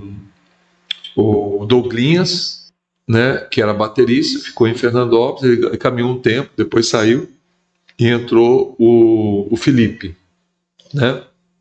Douglinhas, né, que era baterista, ficou em Fernandópolis, ele caminhou um tempo, depois saiu e entrou o Felipe, né?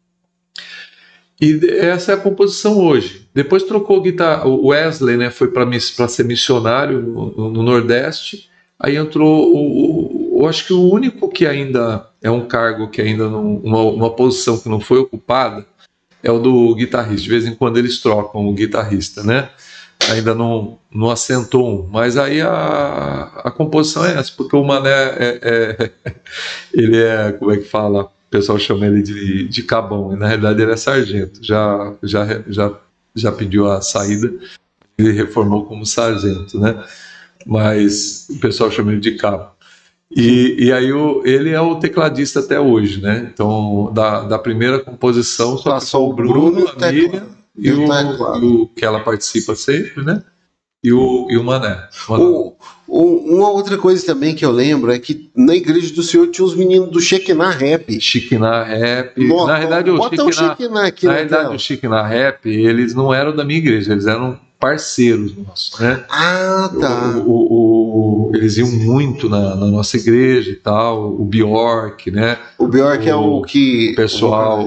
E essa é a composição hoje. Depois trocou o Wesley, né, foi para ser missionário no Nordeste. Aí entrou eu acho que o único que ainda é um cargo que ainda uma posição que não foi ocupada é o do guitarrista. De vez em quando eles trocam o guitarrista, né? Ainda não assentou um, mas aí a composição é essa, porque o Mané ele como é que fala? O pessoal chama ele de cabão, e na realidade ele é sargento, já pediu a saída, ele reformou como sargento, né? Mas o pessoal chama ele de cabo. E aí ele é o tecladista até hoje, né? Então, da primeira composição só passou o Bruno, a Miriam e o que ela participa sempre, né? E o Mané. Uma outra coisa também que eu lembro é que na igreja do senhor tinha os meninos do Shekinah Rap. Shekinah Rap. Na realidade, o Shekinah Rap, eles não eram da minha igreja, eles eram parceiros nossos, né? Tá. Eles iam muito na nossa igreja e tal, o Bjork, né? O Bjork é o que... O pessoal,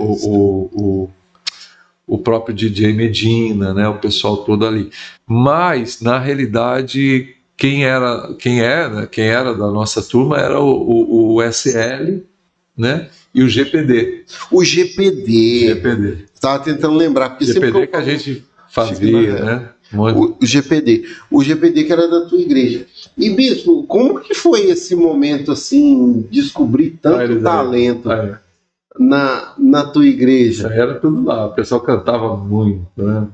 o próprio DJ Medina, né? O pessoal todo ali. Mas, na realidade, quem era da nossa turma era o SL, né? E o GPD. O GPD. Estava tentando lembrar. Porque GPD que a gente fazia, né? O GPD. O GPD que era da tua igreja. E, Bispo, como que foi esse momento, assim, descobrir tanto talento na tua igreja? Era tudo lá, o pessoal cantava muito, né?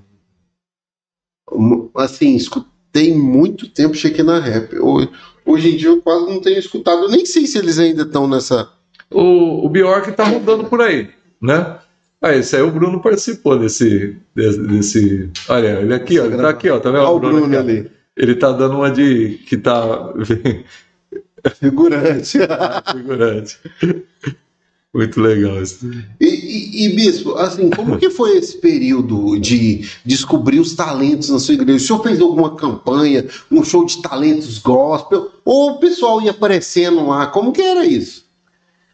Assim, escutei muito tempo Shekinah Rap. Hoje em dia eu quase não tenho escutado. Eu nem sei se eles ainda estão nessa... O Bjork tá rodando por aí, né? Esse aí o Bruno participou desse. Olha, ele aqui, ó, ele tá aqui, ó, tá vendo? Olha o Bruno ali. Ele tá dando uma de que tá figurante. Figurante. Muito legal isso. E Bispo, assim, como que foi esse período de descobrir os talentos na sua igreja? O senhor fez alguma campanha, um show de talentos gospel, ou o pessoal ia aparecendo lá? Como que era isso?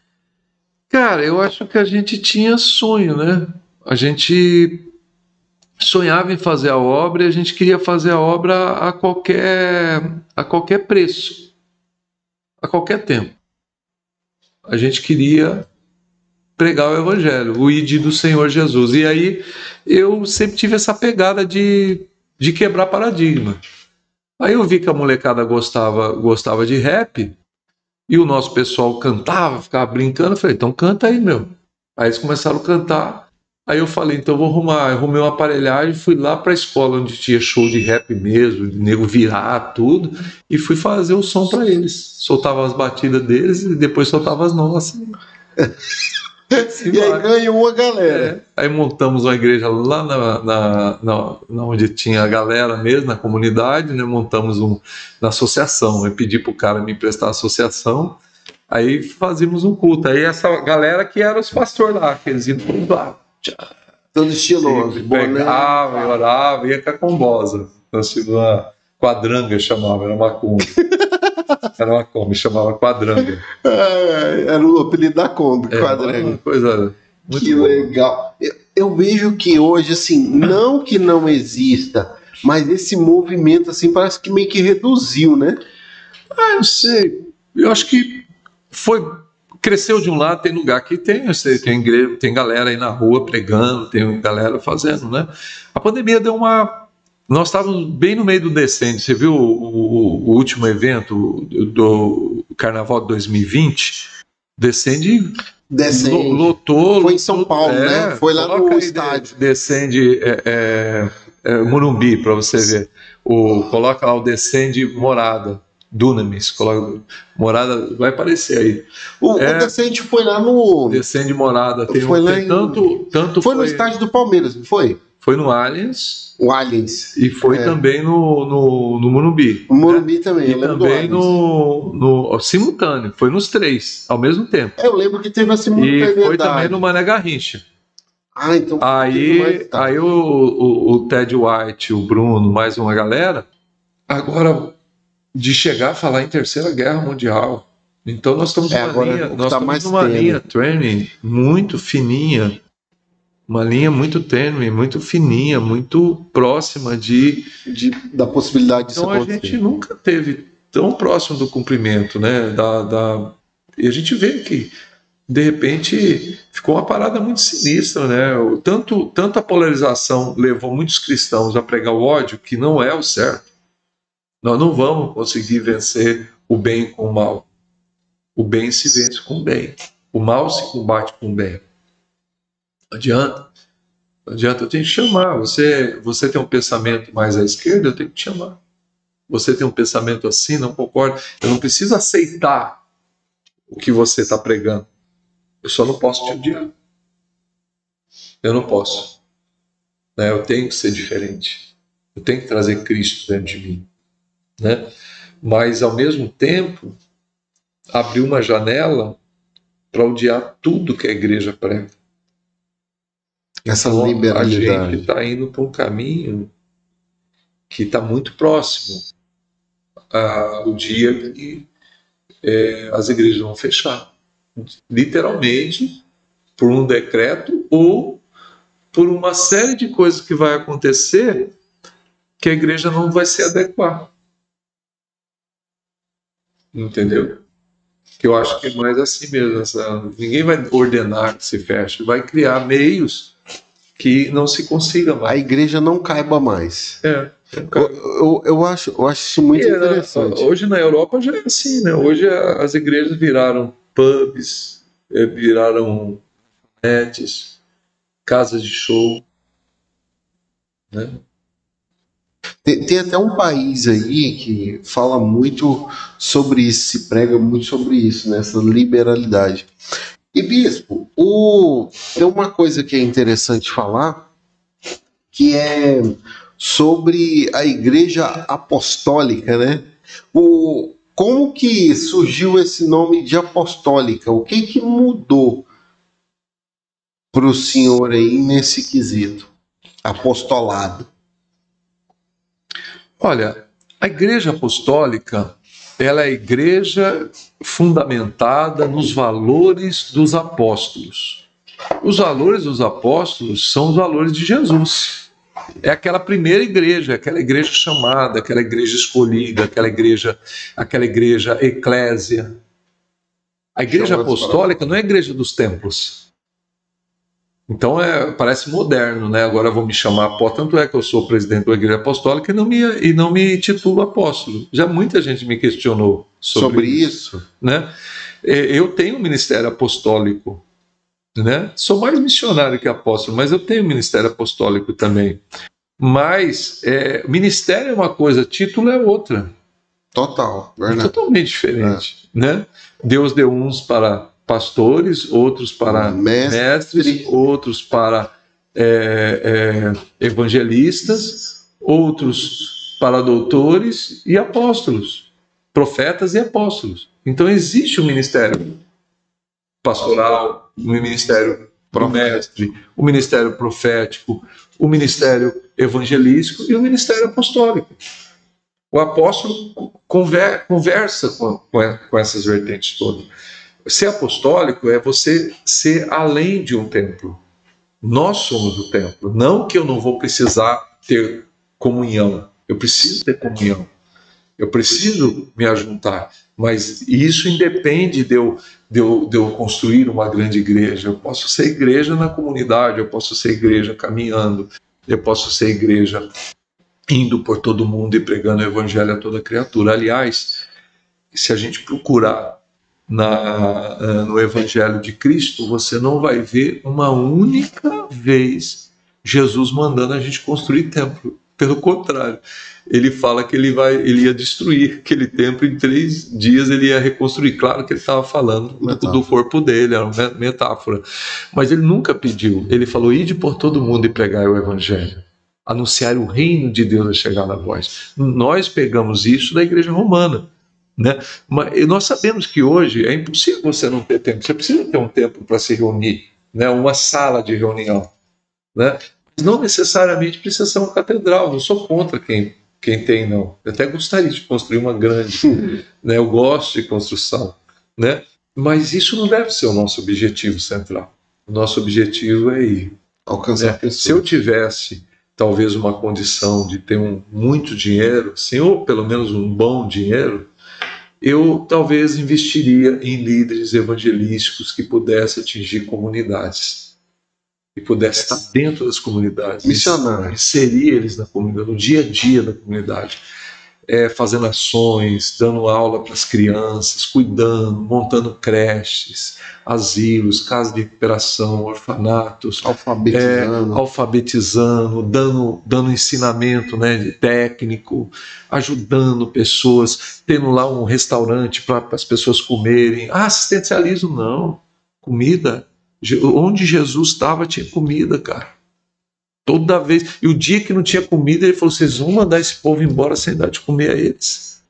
Cara, eu acho que a gente tinha sonho, né? A gente sonhava em fazer a obra e a gente queria fazer a obra a qualquer preço, a qualquer tempo. A gente queria pregar o Evangelho, o ID do Senhor Jesus. E aí eu sempre tive essa pegada de quebrar paradigma. Aí eu vi que a molecada gostava de rap e o nosso pessoal cantava, ficava brincando. Eu falei, então canta aí, meu. Aí eles começaram a cantar. Aí eu falei, então eu vou arrumar. Eu arrumei uma aparelhagem, fui lá para a escola onde tinha show de rap mesmo, de nego virar tudo, e fui fazer o som para eles. Soltava as batidas deles e depois soltava as nossas. E aí ganhou uma galera. Aí montamos uma igreja lá na onde tinha a galera mesmo, na comunidade, né? Montamos na associação. Eu pedi para o cara me emprestar a associação, aí fazíamos um culto. Aí essa galera que era os pastores lá, que eles iam lá. Todo estiloso. Pegava, orava, ia com a combosa. Nós tínhamos uma quadranga, chamava, era uma Kombi. Era uma Kombi, chamava quadranga. Era o apelido da Kombi, quadranga. Uma coisa muito que boa. Legal. Eu vejo que hoje, assim, não que não exista, mas esse movimento, assim, parece que meio que reduziu, né? Eu não sei. Eu acho que cresceu de um lado, tem lugar que tem igreja, tem galera aí na rua pregando, tem galera fazendo, né? A pandemia deu uma... Nós estávamos bem no meio do Descende. Você viu o último evento do Carnaval de 2020? Descende lotou. Foi em São Paulo, né? Foi lá no estádio. Descende Morumbi, para você ver. Coloca lá o Descende Morada. Dunamis, Morada, vai aparecer aí. O Descende foi lá no... Descende Morada. Foi no estádio do Palmeiras, não foi? Foi no Allianz. O Allianz. E foi também no Morumbi. O Morumbi também, e também no simultâneo. Foi nos três, ao mesmo tempo. Eu lembro que teve a simultaneidade. E foi também no Mané Garrincha. Então aí o Ted White, o Bruno, mais uma galera, agora de chegar a falar em Terceira Guerra Mundial. Então nós estamos numa linha training muito fininha, uma linha muito tênue, muito fininha, muito próxima da possibilidade disso acontecer. Então a gente nunca teve tão próximo do cumprimento, né? E a gente vê que de repente ficou uma parada muito sinistra, né? Tanto a polarização levou muitos cristãos a pregar o ódio, que não é o certo. Nós não vamos conseguir vencer o bem com o mal. O bem se vence com o bem. O mal se combate com o bem. Não adianta. Não adianta, eu tenho que chamar. Você tem um pensamento mais à esquerda, eu tenho que te chamar. Você tem um pensamento assim, não concordo. Eu não preciso aceitar o que você está pregando. Eu só não posso te odiar. Eu não posso. Eu tenho que ser diferente. Eu tenho que trazer Cristo dentro de mim. Né? Mas, ao mesmo tempo, abrir uma janela para odiar tudo que a igreja prega. Essa liberalidade. A gente está indo para um caminho que está muito próximo ao dia que as igrejas vão fechar. Literalmente, por um decreto ou por uma série de coisas que vai acontecer que a igreja não vai se adequar. Entendeu? Que eu acho que é mais assim mesmo. Ninguém vai ordenar que se feche, vai criar meios que não se consiga mais. A igreja não caiba mais. Eu acho isso muito interessante. Hoje na Europa já é assim, né? Hoje as igrejas viraram pubs, viraram nets, casas de show, né? Tem até um país aí que fala muito sobre isso, se prega muito sobre isso, né? Essa liberalidade. E, bispo, tem uma coisa que é interessante falar, que é sobre a igreja apostólica, né? Como que surgiu esse nome de apostólica? O que mudou para o senhor aí nesse quesito? Apostolado. Olha, a igreja apostólica, ela é a igreja fundamentada nos valores dos apóstolos. Os valores dos apóstolos são os valores de Jesus. É aquela primeira igreja, aquela igreja chamada, aquela igreja escolhida, aquela igreja eclésia. A igreja apostólica não é a igreja dos templos. Então parece moderno, né? Agora eu vou me chamar apóstolo, tanto é que eu sou presidente da igreja apostólica e não me titulo apóstolo. Já muita gente me questionou sobre isso, né? Eu tenho um ministério apostólico, né? Sou mais missionário que apóstolo, mas eu tenho um ministério apostólico também. Mas ministério é uma coisa, título é outra. Total, verdade. Totalmente diferente, né? Deus deu uns para pastores, outros para mestres, outros para evangelistas, outros para doutores e apóstolos, profetas e apóstolos. Então existe um ministério pastoral, um ministério mestre, o ministério profético, o ministério evangelístico e o ministério apostólico. O apóstolo conversa com essas vertentes todas. Ser apostólico é você ser além de um templo. Nós somos o templo. Não que eu não vou precisar ter comunhão. Eu preciso ter comunhão. Eu preciso me ajuntar. Mas isso independe de eu construir uma grande igreja. Eu posso ser igreja na comunidade, eu posso ser igreja caminhando, eu posso ser igreja indo por todo mundo e pregando o evangelho a toda criatura. Aliás, se a gente procurar no evangelho de Cristo, você não vai ver uma única vez Jesus mandando a gente construir templo. Pelo contrário, ele fala que ele ia destruir aquele templo em 3 dias, ele ia reconstruir. Claro que ele estava falando do corpo dele, era uma metáfora. Mas ele nunca pediu. Ele falou, ide por todo mundo e pregai o evangelho. Anunciar o reino de Deus a chegar na voz. Nós pegamos isso da igreja romana, né? Mas nós sabemos que hoje é impossível você não ter tempo. Você precisa ter um tempo para se reunir, né? Uma sala de reunião, né? Não necessariamente precisa ser uma catedral. Não sou contra quem tem, não. Eu até gostaria de construir uma grande, né? Eu gosto de construção, né? Mas isso não deve ser o nosso objetivo central. O nosso objetivo é ir alcançar pessoas. Se eu tivesse talvez uma condição de ter muito dinheiro, assim, ou pelo menos um bom dinheiro, eu talvez investiria em líderes evangelísticos que pudessem atingir comunidades e pudessem estar dentro das comunidades, missionários, inserir eles na comunidade, no dia a dia da comunidade, fazendo ações, dando aula para as crianças, cuidando, montando creches, asilos, casas de recuperação, orfanatos, alfabetizando, dando ensinamento, né, técnico, ajudando pessoas, tendo lá um restaurante para as pessoas comerem. Assistencialismo não, comida. Onde Jesus estava tinha comida, cara. Toda vez. E o dia que não tinha comida, ele falou, vocês vão mandar esse povo embora sem dar de comer a eles.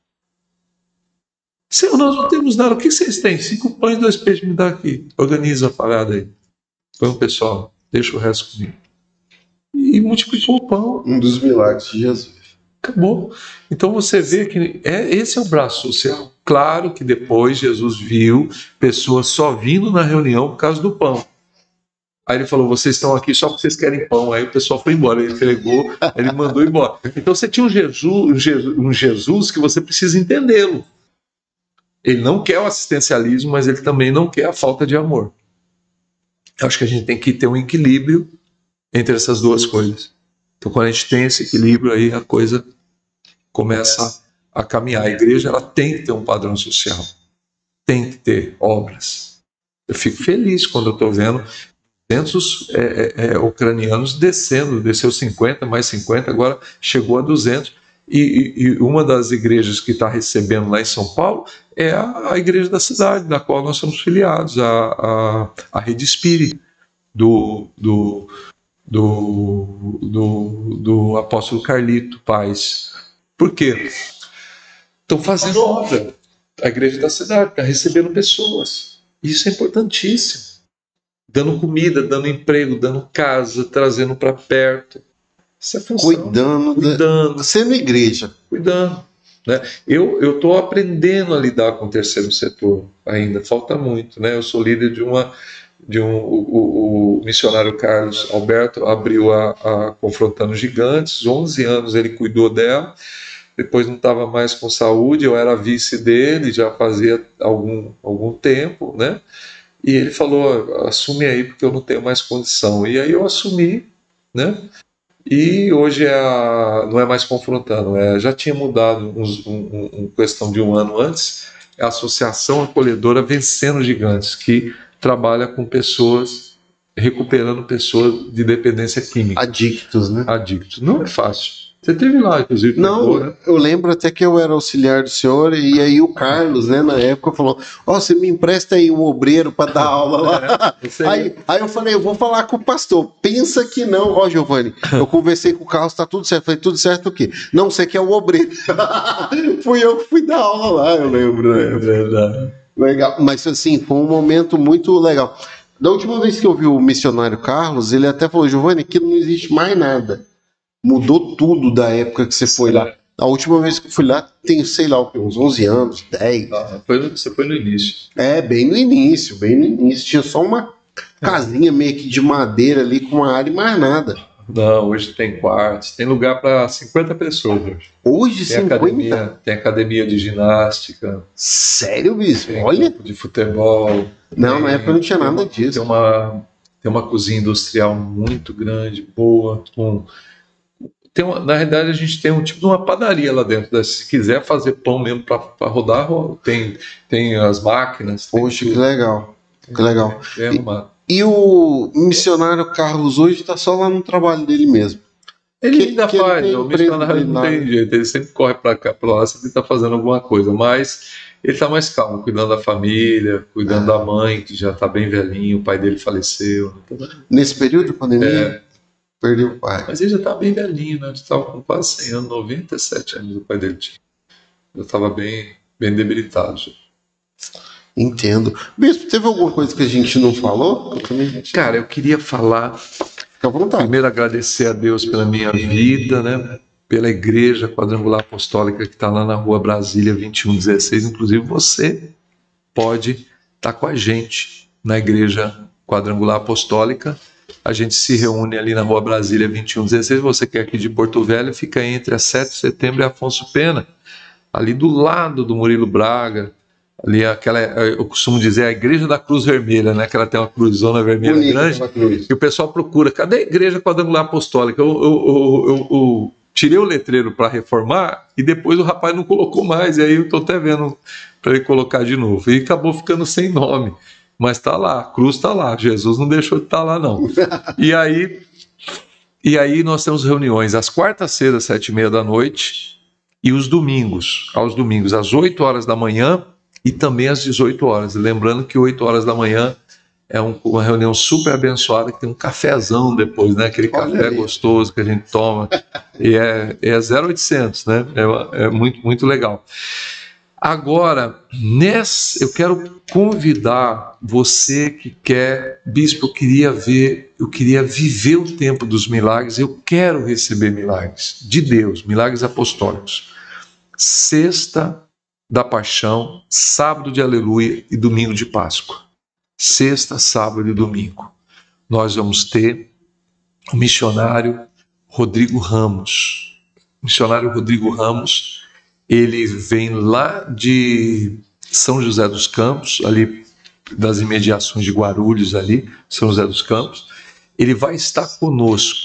Senhor, nós não temos nada. O que vocês têm? 5 pães e 2 peixes, me dá aqui. Organiza a parada aí. Põe o pessoal, deixa o resto comigo. E multiplicou o pão. Um dos milagres de Jesus. Acabou. Então você vê que esse é o braço social. Claro que depois Jesus viu pessoas só vindo na reunião por causa do pão. Aí ele falou, vocês estão aqui só porque vocês querem pão. Aí o pessoal foi embora, ele entregou, ele mandou embora. Então você tinha um Jesus que você precisa entendê-lo. Ele não quer o assistencialismo, mas ele também não quer a falta de amor. Eu acho que a gente tem que ter um equilíbrio entre essas duas coisas. Então quando a gente tem esse equilíbrio, aí a coisa começa a caminhar. A igreja ela tem que ter um padrão social. Tem que ter obras. Eu fico feliz quando eu estou vendo 200 ucranianos desceu 50, mais 50, agora chegou a 200. E uma das igrejas que está recebendo lá em São Paulo é a igreja da cidade, da qual nós somos filiados, a Rede Espírita, do apóstolo Carlito Paz. Por quê? Estão fazendo obra. A igreja da cidade está recebendo pessoas. Isso é importantíssimo. Dando comida, dando emprego, dando casa, trazendo para perto. Isso é função. Cuidando. Sendo igreja. Cuidando. Né? Eu estou aprendendo a lidar com o terceiro setor ainda, falta muito. Né? Eu sou líder de uma o missionário Carlos Alberto abriu a Confrontando Gigantes, 11 anos ele cuidou dela, depois não estava mais com saúde, eu era vice dele, já fazia algum tempo, né? E ele falou, assume aí porque eu não tenho mais condição. E aí eu assumi, né? E hoje não é mais Confrontando, já tinha mudado questão de um ano antes, é a Associação Acolhedora Vencendo Gigantes, que trabalha com pessoas, recuperando pessoas de dependência química. Adictos, né? Adictos. Não é fácil. Você esteve lá, inclusive. Não, né? Eu lembro até que eu era auxiliar do senhor, e aí o Carlos, né, na época, falou: Ó, você me empresta aí um obreiro para dar aula lá. Aí eu falei: eu vou falar com o pastor. Pensa que não, ó, Giovanni. Eu conversei com o Carlos, tá tudo certo. Falei: tudo certo o quê? Não, você quer o obreiro. Fui eu que fui dar aula lá, eu lembro, né? É verdade. Legal, mas assim, foi um momento muito legal. Da última vez que eu vi o missionário Carlos, ele até falou: Giovanni, aqui não existe mais nada. Mudou tudo da época que você foi lá. A última vez que eu fui lá, tem, sei lá, uns 11 anos, 10. Você foi no início. Bem no início, bem no início. Tinha só uma casinha meio que de madeira ali com uma área e mais nada. Não, hoje tem quartos, tem lugar para 50 pessoas hoje. Hoje tem 50? Tem academia de ginástica. Sério, bispo? Tem Olha. Campo de futebol. Não, na época não tinha nada disso. Tem uma cozinha industrial muito grande, boa, na realidade, a gente tem um tipo de uma padaria lá dentro. Né? Se quiser fazer pão mesmo para rodar, tem as máquinas. Poxa, que legal. Que legal. Bem arrumado. E o missionário Carlos hoje está só lá no trabalho dele mesmo. Ele ainda faz, o missionário não tem jeito, ele sempre corre para cá, para lá, sempre está fazendo alguma coisa, mas ele está mais calmo, cuidando da família, cuidando da mãe, que já está bem velhinho, o pai dele faleceu. Nesse período de pandemia? Perdeu o pai. Mas ele já estava bem velhinho, né? Ele estava com quase 100 anos, 97 anos o pai dele tinha. Já estava bem debilitado. Já. Entendo. Bispo, teve alguma coisa que a gente não falou? Cara, eu queria falar. Fica à vontade. Primeiro, agradecer a Deus pela minha vida, né? Pela Igreja Quadrangular Apostólica que está lá na Rua Brasília 2116. Inclusive, você pode estar com a gente na Igreja Quadrangular Apostólica. A gente se reúne ali na Rua Brasília 2116. Você que é aqui de Porto Velho, fica entre a 7 de setembro e Afonso Pena, ali do lado do Murilo Braga. Ali eu costumo dizer, a Igreja da Cruz Vermelha, né? Que ela tem uma cruzona vermelha bonita, grande. E o pessoal procura, cadê a Igreja Quadrangular Apostólica? Eu tirei o letreiro para reformar e depois o rapaz não colocou mais. E aí eu estou até vendo para ele colocar de novo. E acabou ficando sem nome. Mas está lá, a cruz está lá. Jesus não deixou de estar lá, não. E aí nós temos reuniões às quartas-feiras, 7h30 da noite, e os domingos, às 8 horas da manhã e também às 18 horas. Lembrando que 8 horas da manhã é uma reunião super abençoada, que tem um cafezão depois, né? Aquele café gostoso que a gente toma. E é 0800, né? É muito, muito legal. Agora, eu quero convidar você que quer, bispo, eu queria viver o tempo dos milagres, eu quero receber milagres de Deus, milagres apostólicos. Sexta da Paixão, sábado de Aleluia e domingo de Páscoa. Sexta, sábado e domingo. Nós vamos ter o missionário Rodrigo Ramos. O missionário Rodrigo Ramos, ele vem lá de São José dos Campos, ali das imediações de Guarulhos, ali, São José dos Campos. Ele vai estar conosco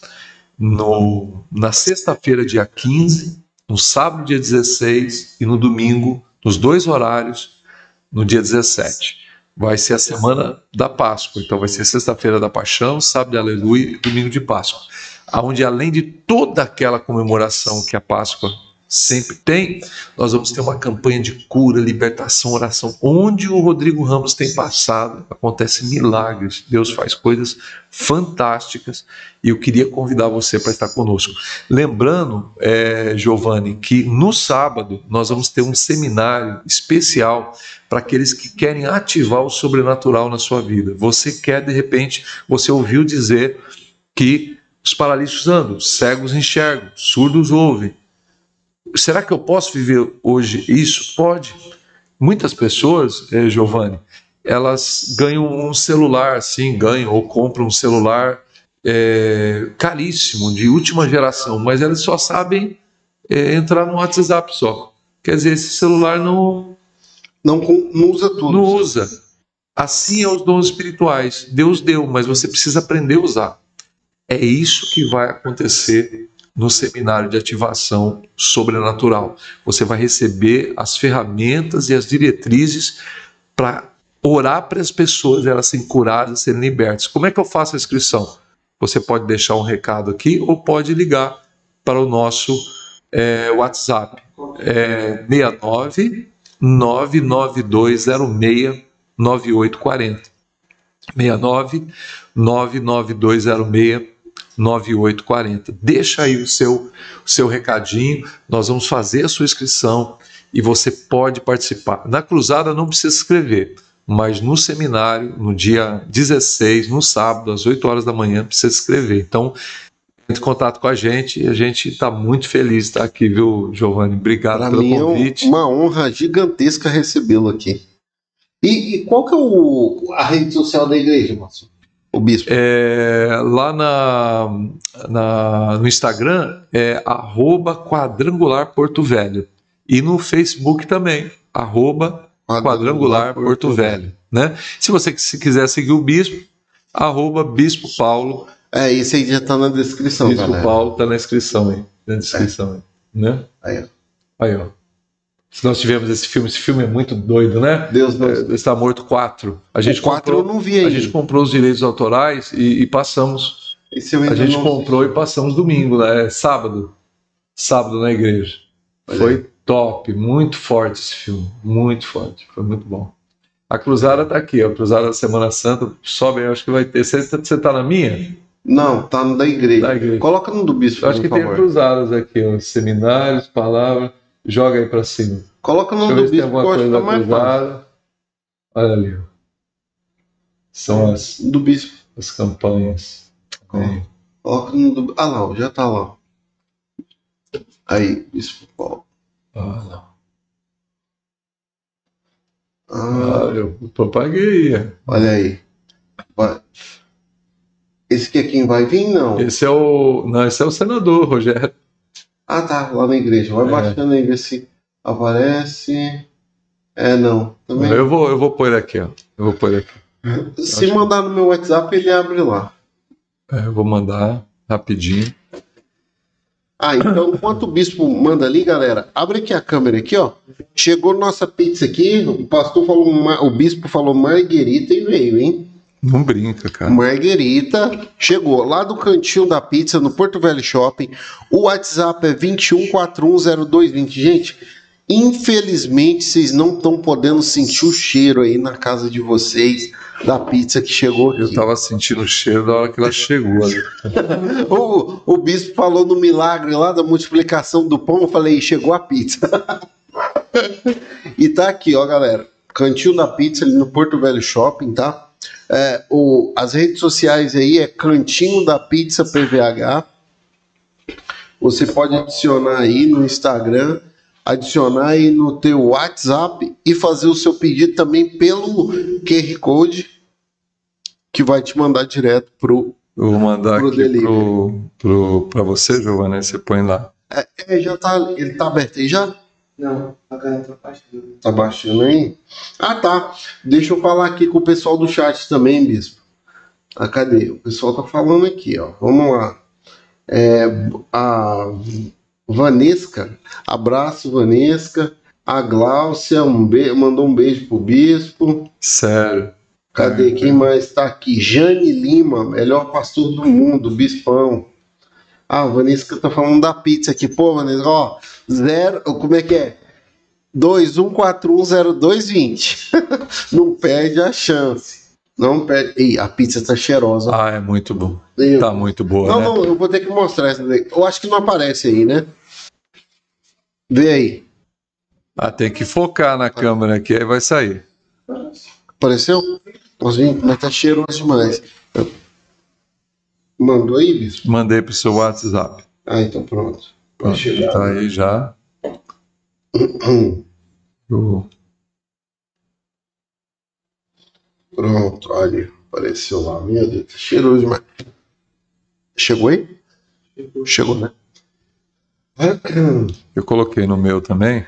na sexta-feira, dia 15, no sábado, dia 16, e no domingo, nos 2 horários, no dia 17. Vai ser a semana da Páscoa, então vai ser sexta-feira da Paixão, sábado de Aleluia e domingo de Páscoa. Onde, além de toda aquela comemoração que a Páscoa sempre tem, nós vamos ter uma campanha de cura, libertação, oração. Onde o Rodrigo Ramos tem passado, acontecem milagres, Deus faz coisas fantásticas, e eu queria convidar você para estar conosco. Lembrando, Giovanni, que no sábado nós vamos ter um seminário especial para aqueles que querem ativar o sobrenatural na sua vida. Você quer, de repente, você ouviu dizer que os paralíticos andam, cegos enxergam, surdos ouvem. Será que eu posso viver hoje isso? Pode. Muitas pessoas, Giovanni, elas ganham um celular, assim, ou compram um celular caríssimo, de última geração, mas elas só sabem entrar no WhatsApp só. Quer dizer, esse celular não usa tudo. Não usa. Assim é os dons espirituais. Deus deu, mas você precisa aprender a usar. É isso que vai acontecer no seminário de ativação sobrenatural. Você vai receber as ferramentas e as diretrizes para orar para as pessoas elas serem curadas, serem libertas. Como é que eu faço a inscrição? Você pode deixar um recado aqui ou pode ligar para o nosso WhatsApp. 69 99206 9840. 69 99206 9840. Deixa aí o seu recadinho, nós vamos fazer a sua inscrição e você pode participar. Na cruzada não precisa se inscrever, mas no seminário, no dia 16, no sábado, às 8 horas da manhã, precisa se inscrever. Então, entre em contato com a gente e a gente está muito feliz de estar aqui, viu, Giovanni? Obrigado pelo convite. É uma honra gigantesca recebê-lo aqui. E qual que é a rede social da igreja, Márcio? O bispo? Lá no Instagram é @quadrangularportovelho. E no Facebook também, @quadrangularportovelho. Né? Se você quiser seguir o bispo, @bispo Paulo. Esse aí já está na descrição, Bispo galera. Paulo está na descrição aí. Né? Aí, ó. Se nós tivemos esse filme é muito doido, né? Deus Está Morto 4. A gente 4 eu não vi ainda. A gente comprou os direitos autorais e passamos. A gente comprou e passamos domingo, né? Sábado na igreja. Foi top, muito forte esse filme, muito forte, foi muito bom. A cruzada está aqui, a cruzada da Semana Santa, sobe, eu acho que vai ter. Você está na minha? Não, tá no da igreja. Coloca no do bispo, eu acho que tem cruzadas aqui, ó, seminários, palavras. Joga aí pra cima. Coloca no do bispo. Tem alguma coisa da cruzada. Olha ali. São as do bispo. As campanhas. Coloca no do. Ah lá, já tá lá. Aí, bispo Paulo. Eu propaguei. Olha aí. Esse aqui é quem vai vir, não? Esse é o senador, Rogério. Ah, tá, lá na igreja. Vai baixando aí, ver se aparece. Não. Também. Eu vou pôr aqui, ó. Se mandar no meu WhatsApp, ele abre lá. Eu vou mandar rapidinho. Então, enquanto o bispo manda ali, galera, abre aqui a câmera aqui, ó. Chegou nossa pizza aqui, o bispo falou marguerita e veio, hein? Não brinca, cara. Marguerita chegou lá do cantinho da pizza no Porto Velho Shopping. O WhatsApp é 21410220. Gente, infelizmente vocês não estão podendo sentir o cheiro aí na casa de vocês da pizza que chegou aqui. Eu tava sentindo o cheiro da hora que ela chegou. o bispo falou no milagre lá da multiplicação do pão. Eu falei, chegou a pizza. E tá aqui, ó, galera. Cantinho da pizza ali no Porto Velho Shopping, tá? As redes sociais aí é Cantinho da Pizza PVH. Você pode adicionar aí no Instagram, adicionar aí no teu WhatsApp e fazer o seu pedido também pelo QR Code, que vai te mandar direto pro Eu vou mandar pro aqui para você, Giovanni, você põe lá. Já tá, ele tá aberto aí já? Não, agora tá baixando. Tá baixando aí? Tá. Deixa eu falar aqui com o pessoal do chat também, bispo. Cadê? O pessoal tá falando aqui, ó. Vamos lá. A Vanesca, abraço, Vanesca. A Gláucia mandou um beijo pro bispo. Sério. Cadê? Quem mais tá aqui? Jane Lima, melhor pastor do mundo, bispão. A Vanesca tá falando da pizza aqui. Pô, Vanesca, ó. Como é que é? 21410220. Não perde a chance. Não perde. Ih, a pizza tá cheirosa. É muito bom. Tá muito boa, né? Não, eu vou ter que mostrar essa daí. Eu acho que não aparece aí, né? Vê aí. Tem que focar na câmera aqui, aí vai sair. Apareceu? Mas tá cheiroso demais. Mandou aí, bispo? Mandei pro seu WhatsApp. Então pronto. Pode chegar. Tá aí já. Pronto, olha, apareceu lá. Meu Deus, cheiroso demais. Chegou aí? Chegou, né? Eu coloquei no meu também.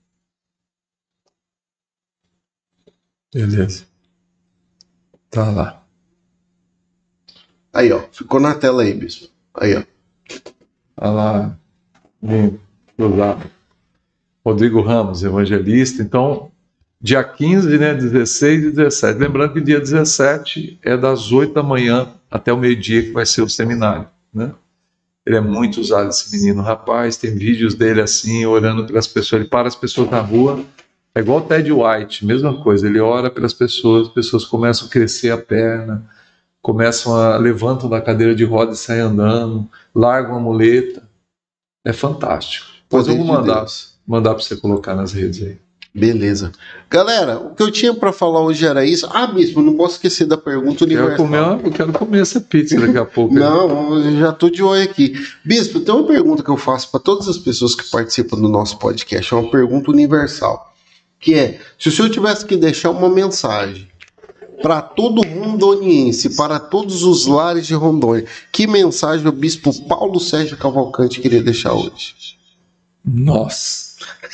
Beleza. Tá lá. Aí, ó. Ficou na tela aí, bispo. Aí, ó. Tá lá. Cruzado. Rodrigo Ramos, evangelista. Então, dia 15, né, 16 e 17. Lembrando que dia 17 é das 8 da manhã até o meio-dia que vai ser o seminário, né? Ele é muito usado, esse menino. Rapaz, tem vídeos dele assim, orando pelas pessoas. Ele para as pessoas na rua. É igual o Ted White, mesma coisa. Ele ora pelas pessoas, as pessoas começam a crescer a perna, levantam da cadeira de roda e saem andando, largam a muleta. É fantástico. Depois eu vou mandar para você colocar nas redes aí. Beleza. Galera, o que eu tinha para falar hoje era isso. Ah, bispo, não posso esquecer da pergunta universal. Eu quero comer essa pizza daqui a pouco. Não, eu já tô de olho aqui. Bispo, tem uma pergunta que eu faço para todas as pessoas que participam do nosso podcast. É uma pergunta universal. Que é, se o senhor tivesse que deixar uma mensagem para todo rondoniense, para todos os lares de Rondônia, que mensagem o bispo Paulo Sérgio Cavalcante queria deixar hoje? Nossa!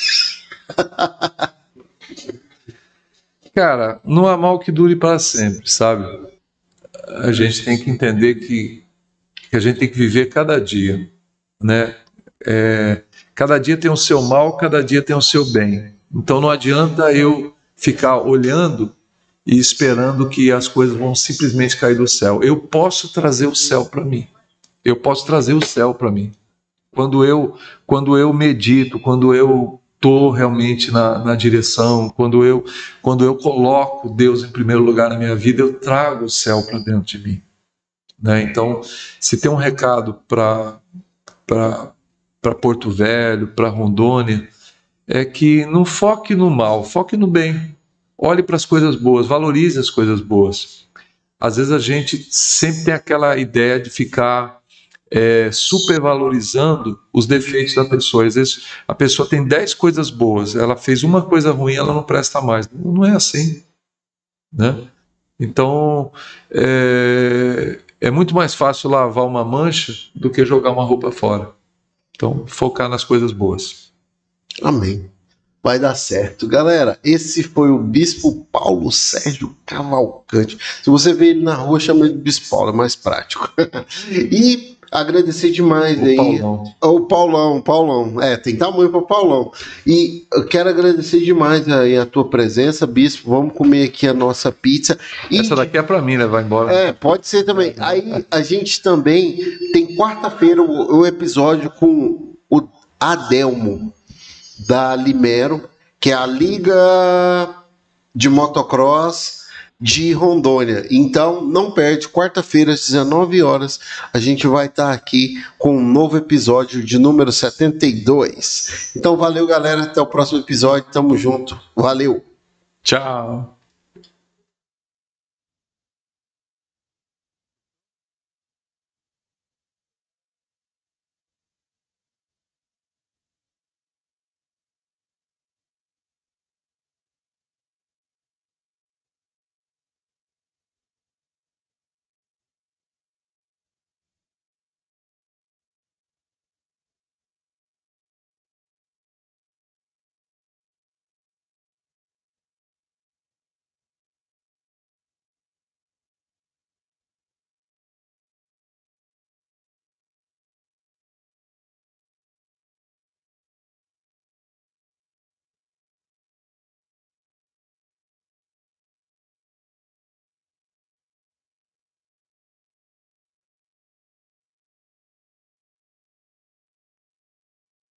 Cara, não há mal que dure para sempre, sabe? A gente tem que entender que a gente tem que viver cada dia, né? Cada dia tem o seu mal, cada dia tem o seu bem. Então não adianta eu ficar olhando e esperando que as coisas vão simplesmente cair do céu. Eu posso trazer o céu para mim. Eu posso trazer o céu para mim. Quando eu medito, quando eu estou realmente na direção, quando eu coloco Deus em primeiro lugar na minha vida, eu trago o céu para dentro de mim, né? Então, se tem um recado para Porto Velho, para Rondônia, é que não foque no mal, foque no bem. Olhe para as coisas boas, valorize as coisas boas. Às vezes a gente sempre tem aquela ideia de ficar supervalorizando os defeitos da pessoa. Às vezes a pessoa tem 10 coisas boas, ela fez uma coisa ruim, ela não presta mais. Não é assim, né? Então é muito mais fácil lavar uma mancha do que jogar uma roupa fora. Então, focar nas coisas boas. Amém. Vai dar certo. Galera, esse foi o Bispo Paulo Sérgio Cavalcante. Se você vê ele na rua, chama ele de Bispo Paulo, é mais prático. E agradecer demais aí. O Paulão. Tem tamanho para Paulão. E eu quero agradecer demais aí a tua presença, Bispo. Vamos comer aqui a nossa pizza. E essa daqui é para mim, né? Vai embora. Pode ser também. Aí a gente também tem quarta-feira o episódio com o Adelmo da Limero, que é a Liga de Motocross de Rondônia. Então, não perde, quarta-feira às 19 horas, a gente vai estar aqui com um novo episódio de número 72. Então, valeu, galera, até o próximo episódio, tamo junto. Valeu. Tchau.